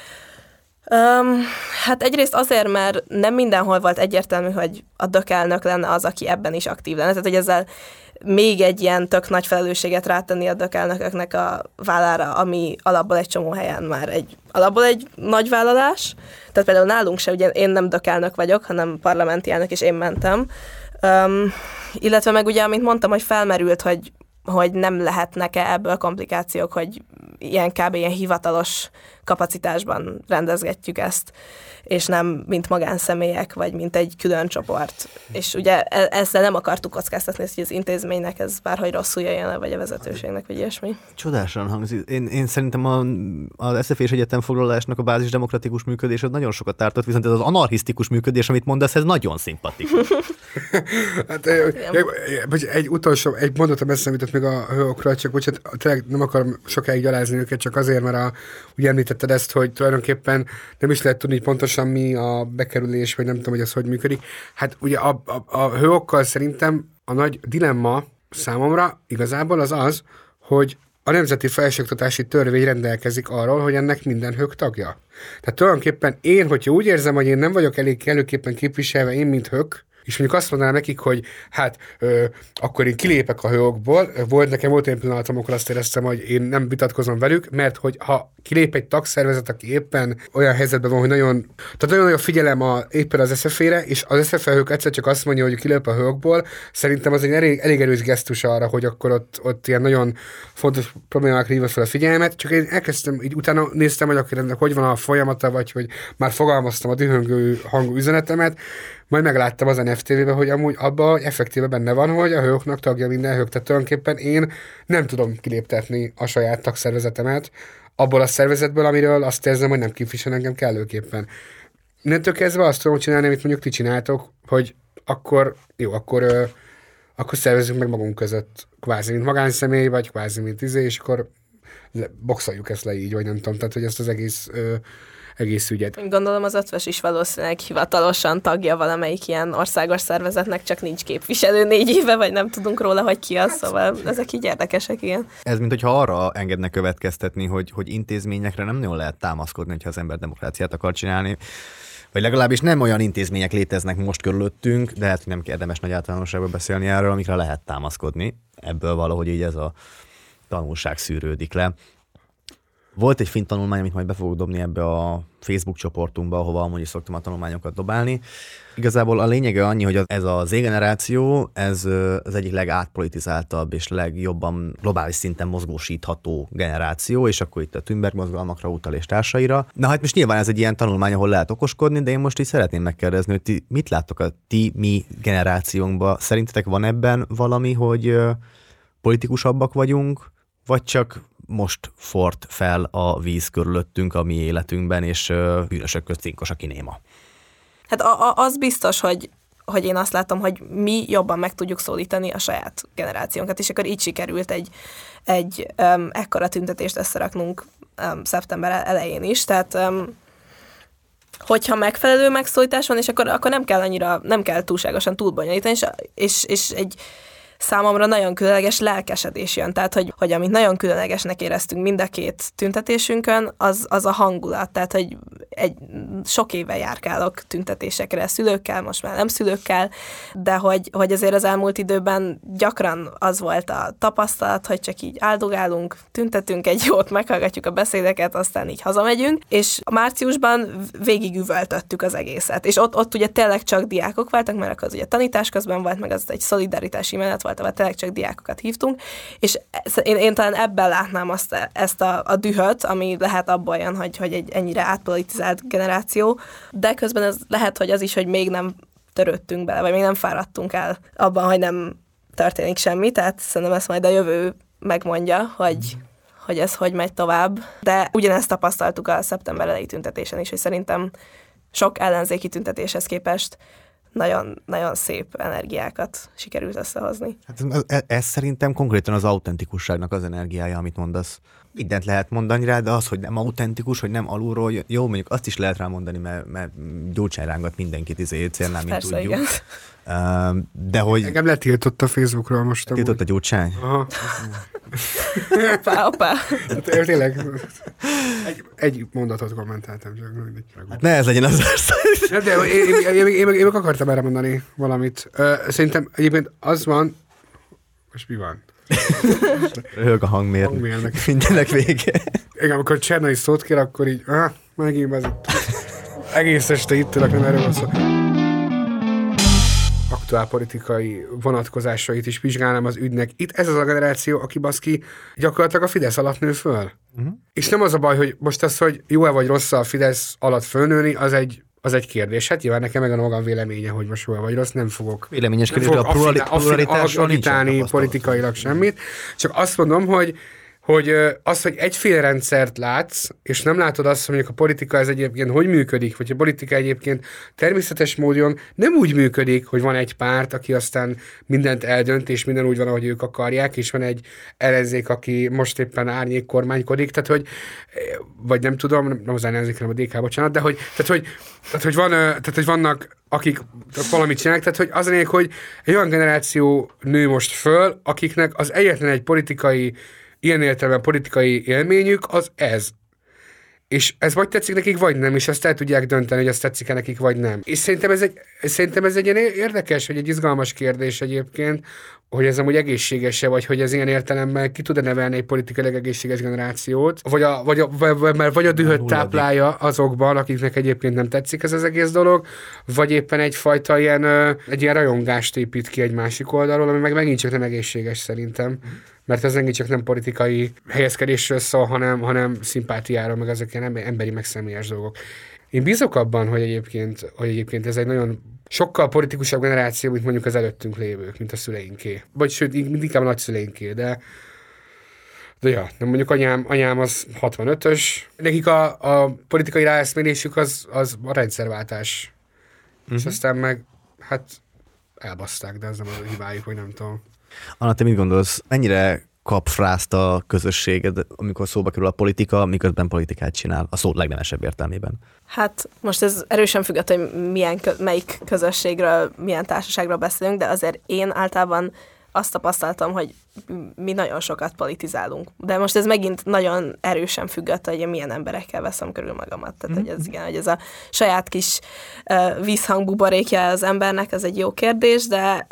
Hát egyrészt azért, mert nem mindenhol volt egyértelmű, hogy a dökelnök lenne az, aki ebben is aktív lenne. Tehát, hogy ezzel még egy ilyen tök nagy felelősséget rátenni a dökelnököknek a vállára, ami alapból egy csomó helyen már alapból egy nagy vállalás. Tehát például nálunk se, ugye én nem dökelnök vagyok, hanem parlamenti elnök, és én mentem. Illetve meg ugye, amint mondtam, hogy felmerült, hogy nem lehetnek-e ebből komplikációk, hogy ilyen kb. Ilyen hivatalos kapacitásban rendezgetjük ezt, és nem mint magánszemélyek, vagy mint egy külön csoport. És ugye ezzel nem akartuk kockáztatni, hogy az intézménynek ez bárhogy rosszul jöjjön le, vagy a vezetőségnek, vagy ilyesmi. Csodásan hangzik. Én szerintem az SZF és egyetemfoglalásnak a bázis demokratikus működés az nagyon sokat tartott, viszont ez az anarchisztikus működés, amit mondasz, ez nagyon szimpatikus. Hát, egy utolsó, egy mondatom eszembe jutott még a hőokról, csak bocsánat, tényleg nem akarom sokáig gyalázni őket, csak azért, mert ugye említetted ezt, hogy tulajdonképpen nem is lehet tudni pontosan mi a bekerülés, vagy nem tudom, hogy ez hogy működik. Hát ugye a hőokkal szerintem a nagy dilemma számomra igazából az, hogy a Nemzeti Felsőoktatási Törvény rendelkezik arról, hogy ennek minden hők tagja. Tehát tulajdonképpen én, hogyha úgy érzem, hogy én nem vagyok elég kellőképpen képviselve, én mint hők, és mondjuk azt mondanám nekik, hogy hát akkor én kilépek a hőokból. Nekem volt egy pillanatom, amikor azt éreztem, hogy én nem vitatkozom velük, mert hogy ha kilép egy tagszervezet, aki éppen olyan helyzetben van, hogy nagyon nagy a figyelem éppen az SZF-ére, és az SZF hők egyszer csak azt mondja, hogy kilép a hőokból, szerintem az egy elég erős gesztus arra, hogy akkor ott ilyen nagyon fontos problémákra hívja fel a figyelmet. Csak én elkezdtem, így utána néztem, hogy akkor ennek hogy van a folyamata, vagy hogy már fogalmaztam a dühöngő hangú üzenetemet, majd megláttam az NFTV-ben, hogy amúgy abban effektíve benne van, hogy a hőoknak tagja minden hők. Tehát tulajdonképpen én nem tudom kiléptetni a saját tagszervezetemet abból a szervezetből, amiről azt érzem, hogy nem képvisel engem kellőképpen. Innentől kezdve azt tudom csinálni, amit mondjuk ti csináltok, hogy akkor szervezzük meg magunk között kvázi, mint magánszemély, vagy kvázi, mint és akkor boxoljuk ezt le így, vagy nem tudom. Tehát, hogy ezt az egész egész ügyet. Gondolom az ötves is valószínűleg hivatalosan tagja valamelyik ilyen országos szervezetnek, csak nincs képviselő 4 éve, vagy nem tudunk róla, hogy ki az, szóval ezek így érdekesek, igen. Ez mint hogyha arra engedne következtetni, hogy intézményekre nem nagyon lehet támaszkodni, hogyha az ember demokráciát akar csinálni. Vagy legalábbis nem olyan intézmények léteznek most körülöttünk, de hát nem érdemes nagy általánosságban beszélni erről, amikre lehet támaszkodni. Ebből valahogy így ez a tanulság szűrődik le. Volt egy finn tanulmány, amit majd be fogok dobni ebbe a Facebook csoportunkba, ahova amúgy is szoktam a tanulmányokat dobálni. Igazából a lényege annyi, hogy ez a Z-generáció, ez az egyik legátpolitizáltabb és legjobban globális szinten mozgósítható generáció, és akkor itt a Thunberg mozgalmakra utal és társaira. Na hát most nyilván ez egy ilyen tanulmány, ahol lehet okoskodni, de én most így szeretném megkérdezni, hogy ti mit láttok a mi generációnkban? Szerintetek van ebben valami, hogy politikusabbak vagyunk, vagy csak most fort fel a víz körülöttünk a mi életünkben, és bűnösök közt cinkos, aki néma? Hát az biztos, hogy én azt látom, hogy mi jobban meg tudjuk szólítani a saját generációnkat, és akkor így sikerült egy ekkora tüntetést összeraknunk szeptember elején is, tehát hogyha megfelelő megszólítás van, és akkor nem kell túlságosan túlbonyolítani, és egy számomra nagyon különleges lelkesedés jön. Tehát, hogy amit nagyon különlegesnek éreztünk mind a két tüntetésünkön, az a hangulat. Tehát, hogy sok éve járkálok tüntetésekre szülőkkel, most már nem szülőkkel, de hogy azért az elmúlt időben gyakran az volt a tapasztalat, hogy csak így áldogálunk, tüntetünk egy jót, meghallgatjuk a beszédeket, aztán így hazamegyünk, és márciusban végigüvöltöttük az egészet. És ott ugye tényleg csak diákok voltak, mert akkor az ugye tanítás közben volt, meg az egy szolidaritási menet volt, ahol tényleg csak diákokat hívtunk, és én talán ebben látnám ezt a dühöt, ami lehet abból jön, hogy egy ennyire átpolitizált generáció, de közben ez lehet, hogy az is, hogy még nem törődtünk bele, vagy még nem fáradtunk el abban, hogy nem történik semmi, tehát szerintem ezt majd a jövő megmondja, hogy ez hogy megy tovább. De ugyanezt tapasztaltuk a szeptember elejé tüntetésen is, hogy szerintem sok ellenzéki tüntetéshez képest nagyon, nagyon szép energiákat sikerült összehozni. Hát ez szerintem konkrétan az autentikusságnak az energiája, amit mondasz. Mindent lehet mondani rá, de az, hogy nem autentikus, hogy nem alulról, jó, mondjuk azt is lehet rá mondani, mert Gyurcsány rángat mindenkit célnál, mint persze, tudjuk. Igen. De hogy... Engem letiltott a Facebookról most. Tiltott a Gyurcsány? Aha. Hoppá. Tényleg. Egy mondatot kommentáltam, csak mindig. Hát ne ez legyen az de én meg akartam erre mondani valamit. Szerintem egyébként az van, most mi van? Röhög a hangmérnek. Mindenek vége. Igen, amikor Csernai szót kér, akkor így, megint az egész este itt ülök, nem erről van szó. Aktuálpolitikai vonatkozásait is vizsgálnám az ügynek. Itt ez az a generáció, aki baszki gyakorlatilag a Fidesz alatt nő föl. Uh-huh. És nem az a baj, hogy most az, hogy jó-e vagy rossz a Fidesz alatt fölnőni, az egy kérdés. Hát nyilván nekem meg a magam véleménye, hogy most jó-e vagy rossz, nem fogok véleményes kérdés, de a pluralitásról nincsen politikailag semmit. Csak azt mondom, hogy az, hogy egyféle rendszert látsz, és nem látod azt, hogy mondjuk a politika ez egyébként hogy működik, vagy a politika egyébként természetes módon nem úgy működik, hogy van egy párt, aki aztán mindent eldönt, és minden úgy van, ahogy ők akarják, és van egy ellenzék, aki most éppen árnyék kormánykodik, tehát hogy, vagy nem tudom, nem az ellenzék, hanem a DK, bocsánat, de hogy vannak akik valamit csinálnak, tehát hogy az a lényeg, hogy egy olyan generáció nő most föl, akiknek az egyetlen egy ilyen értelemben politikai élményük az ez. És ez vagy tetszik nekik, vagy nem, és ezt el tudják dönteni, hogy ez tetszik-e nekik, vagy nem. És szerintem ez egy ilyen érdekes, vagy egy izgalmas kérdés egyébként, hogy ez amúgy egészséges-e, vagy hogy ez ilyen értelemben ki tud-e nevelni egy politikailag egészséges generációt, vagy a dühöt táplálja azokban, akiknek egyébként nem tetszik ez az egész dolog, vagy éppen egyfajta egy ilyen rajongást épít ki egy másik oldalról, ami meg megint csak nem egészséges szerintem. Mert ez megint csak nem politikai helyezkedésről szól, hanem szimpátiáról, meg ezek ilyen emberi, meg személyes dolgok. Én bízok abban, hogy egyébként ez egy nagyon sokkal politikusabb generáció, mint mondjuk az előttünk lévők, mint a szüleinké. Vagy sőt, inkább a nagyszüleinké, de ja, nem mondjuk anyám az 65-ös. Nekik a politikai ráeszmélésük az a rendszerváltás. Uh-huh. És aztán meg, hát elbaszták, de ez nem a hibájuk, hogy nem tudom. Anna, te mit gondolsz? Mennyire kapfrázt a közösséged, amikor szóba kerül a politika, miközben politikát csinál, a szó legnemesebb értelmében? Hát most ez erősen függ attól, hogy melyik közösségről, milyen társaságról beszélünk, de azért én általában azt tapasztaltam, hogy mi nagyon sokat politizálunk. De most ez megint nagyon erősen függ attól, hogy milyen emberekkel veszem körül magamat. Tehát, hogy ez, igen, hogy ez a saját kis vízhangbuborékja az embernek, ez egy jó kérdés, de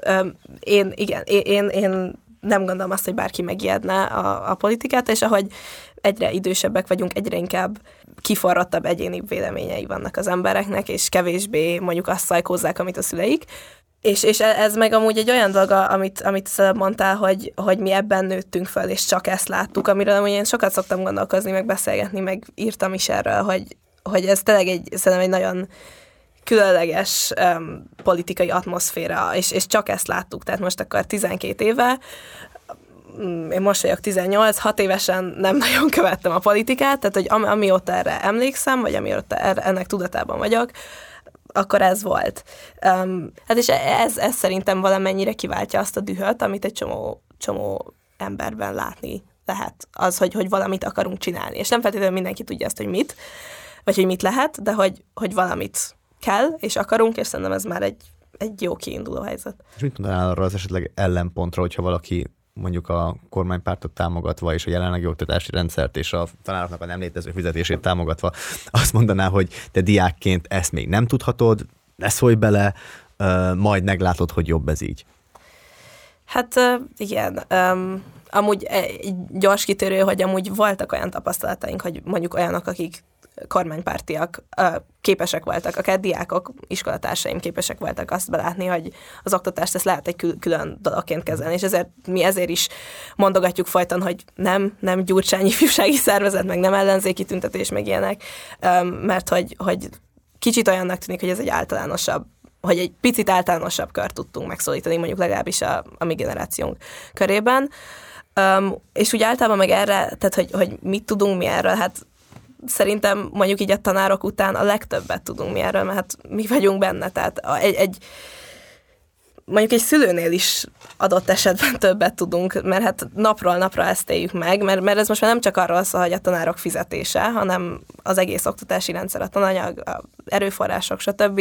én nem gondolom azt, hogy bárki megijedne a politikát, és ahogy egyre idősebbek vagyunk, egyre inkább kiforrottabb egyéni véleményei vannak az embereknek, és kevésbé mondjuk azt szajkózzák, amit a szüleik. És ez meg amúgy egy olyan dolog, amit mondtál, hogy mi ebben nőttünk föl, és csak ezt láttuk, amiről amúgy én sokat szoktam gondolkozni, meg beszélgetni, meg írtam is erről, hogy ez tényleg szerintem egy nagyon különleges politikai atmoszféra, és csak ezt láttuk. Tehát most akkor 12 éve, én most vagyok 18, 6 évesen nem nagyon követtem a politikát, tehát hogy amióta erre emlékszem, vagy amióta ennek tudatában vagyok, akkor ez volt. Hát és ez szerintem valamennyire kiváltja azt a dühöt, amit egy csomó emberben látni lehet. Az, hogy valamit akarunk csinálni. És nem feltétlenül mindenki tudja azt, hogy mit, vagy hogy mit lehet, de hogy valamit kell, és akarunk, és szerintem ez már egy jó kiinduló helyzet. És mit mondanál arra az esetleg ellenpontra, hogyha valaki mondjuk a kormánypártot támogatva, és a jelenlegi oktatási rendszert, és a tanároknak a nem létező fizetését támogatva, azt mondaná, hogy te diákként ezt még nem tudhatod, ne szólj bele, majd meglátod, hogy jobb ez így. Hát igen, amúgy egy gyors kitérő, hogy amúgy voltak olyan tapasztalataink, hogy mondjuk olyanok, akik kormánypártiak képesek voltak, akár diákok, iskolatársaim képesek voltak azt belátni, hogy az oktatást ezt lehet egy külön dologként kezelni, és mi ezért is mondogatjuk folyton, hogy nem Gyurcsány ifjúsági szervezet, meg nem ellenzéki tüntetés, meg ilyenek, mert hogy kicsit olyannak tűnik, hogy ez egy általánosabb, hogy egy picit általánosabb kört tudtunk megszólítani, mondjuk legalábbis a mi generációnk körében. És úgy általában meg erre, tehát hogy mit tudunk mi erről, hát szerintem mondjuk így a tanárok után a legtöbbet tudunk mi erről, mert hát mi vagyunk benne, tehát mondjuk egy szülőnél is adott esetben többet tudunk, mert hát napról napra ezt éljük meg, mert ez most már nem csak arról szól, hogy a tanárok fizetése, hanem az egész oktatási rendszer, a tananyag, a erőforrások, stb.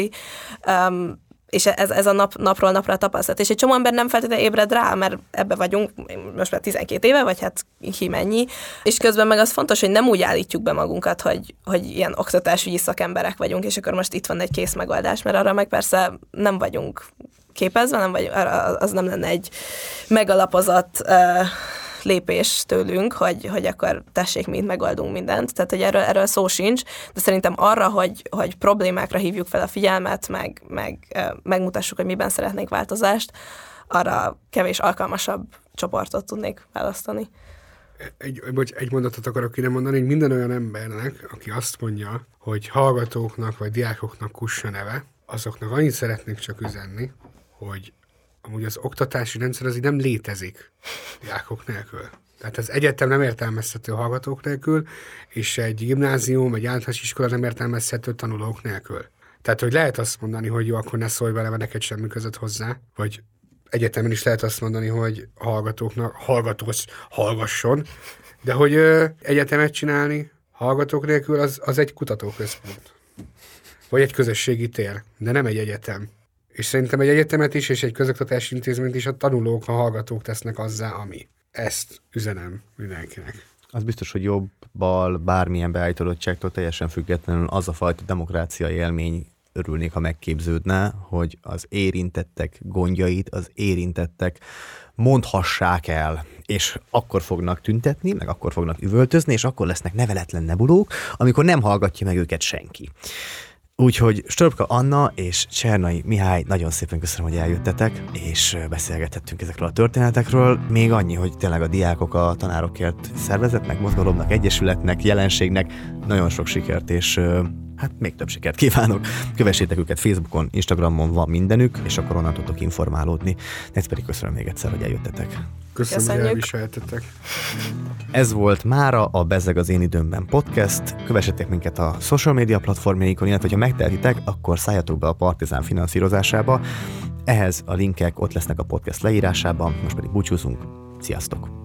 És ez a napról napra tapasztalat. És egy csomó ember nem feltétlenül ébred rá, mert ebbe vagyunk most már 12 éve, vagy hát ki mennyi. És közben meg az fontos, hogy nem úgy állítjuk be magunkat, hogy ilyen oktatásügyi szakemberek vagyunk, és akkor most itt van egy kész megoldás, mert arra meg persze nem vagyunk képezve, az nem lenne egy megalapozott lépés tőlünk, hogy akkor tessék, mi itt megoldunk mindent. Tehát, hogy erről szó sincs, de szerintem arra, hogy problémákra hívjuk fel a figyelmet, megmutassuk, hogy miben szeretnénk változást, arra kevés alkalmasabb csoportot tudnék választani. Egy mondatot akarok ide mondani, hogy minden olyan embernek, aki azt mondja, hogy hallgatóknak vagy diákoknak kussa neve, azoknak annyit szeretnék csak üzenni, hogy amúgy az oktatási rendszer az így nem létezik diákok nélkül. Tehát az egyetem nem értelmezhető hallgatók nélkül, és egy gimnázium, egy általános iskola nem értelmezhető tanulók nélkül. Tehát, hogy lehet azt mondani, hogy jó, akkor ne szólj bele, mert neked semmi között hozzá, vagy egyetemen is lehet azt mondani, hogy hallgatóknak hallgasson, de hogy egyetemet csinálni hallgatók nélkül, az egy kutatóközpont. Vagy egy közösségi tér, de nem egy egyetem. És szerintem egy egyetemet is, és egy közoktatási intézményt is a tanulók, a hallgatók tesznek azzá, ami. Ezt üzenem mindenkinek. Az biztos, hogy jobb-bal bármilyen beállítottságtól teljesen függetlenül az a fajta demokráciai élmény örülnék, ha megképződne, hogy az érintettek gondjait, az érintettek mondhassák el, és akkor fognak tüntetni, meg akkor fognak üvöltözni, és akkor lesznek neveletlen nebulók, amikor nem hallgatja meg őket senki. Úgyhogy Stölpka Anna és Csernai Mihály, nagyon szépen köszönöm, hogy eljöttetek, és beszélgethettünk ezekről a történetekről. Még annyi, hogy tényleg a diákok a tanárokért szervezetnek, mozgalomnak, egyesületnek, jelenségnek nagyon sok sikert, és hát még több sikert kívánok. Kövessétek őket Facebookon, Instagramon, van mindenük, és akkor onnan tudtok informálódni. Ezt pedig köszönöm még egyszer, hogy eljöttetek. Köszönöm, hogy elviseltetek. Ez volt mára a Bezzeg az én időmben podcast. Kövessetek minket a social media platformjainkon, illetve ha megtehetitek, akkor szálljatok be a Partizán finanszírozásába. Ehhez a linkek ott lesznek a podcast leírásában, most pedig búcsúzunk. Sziasztok!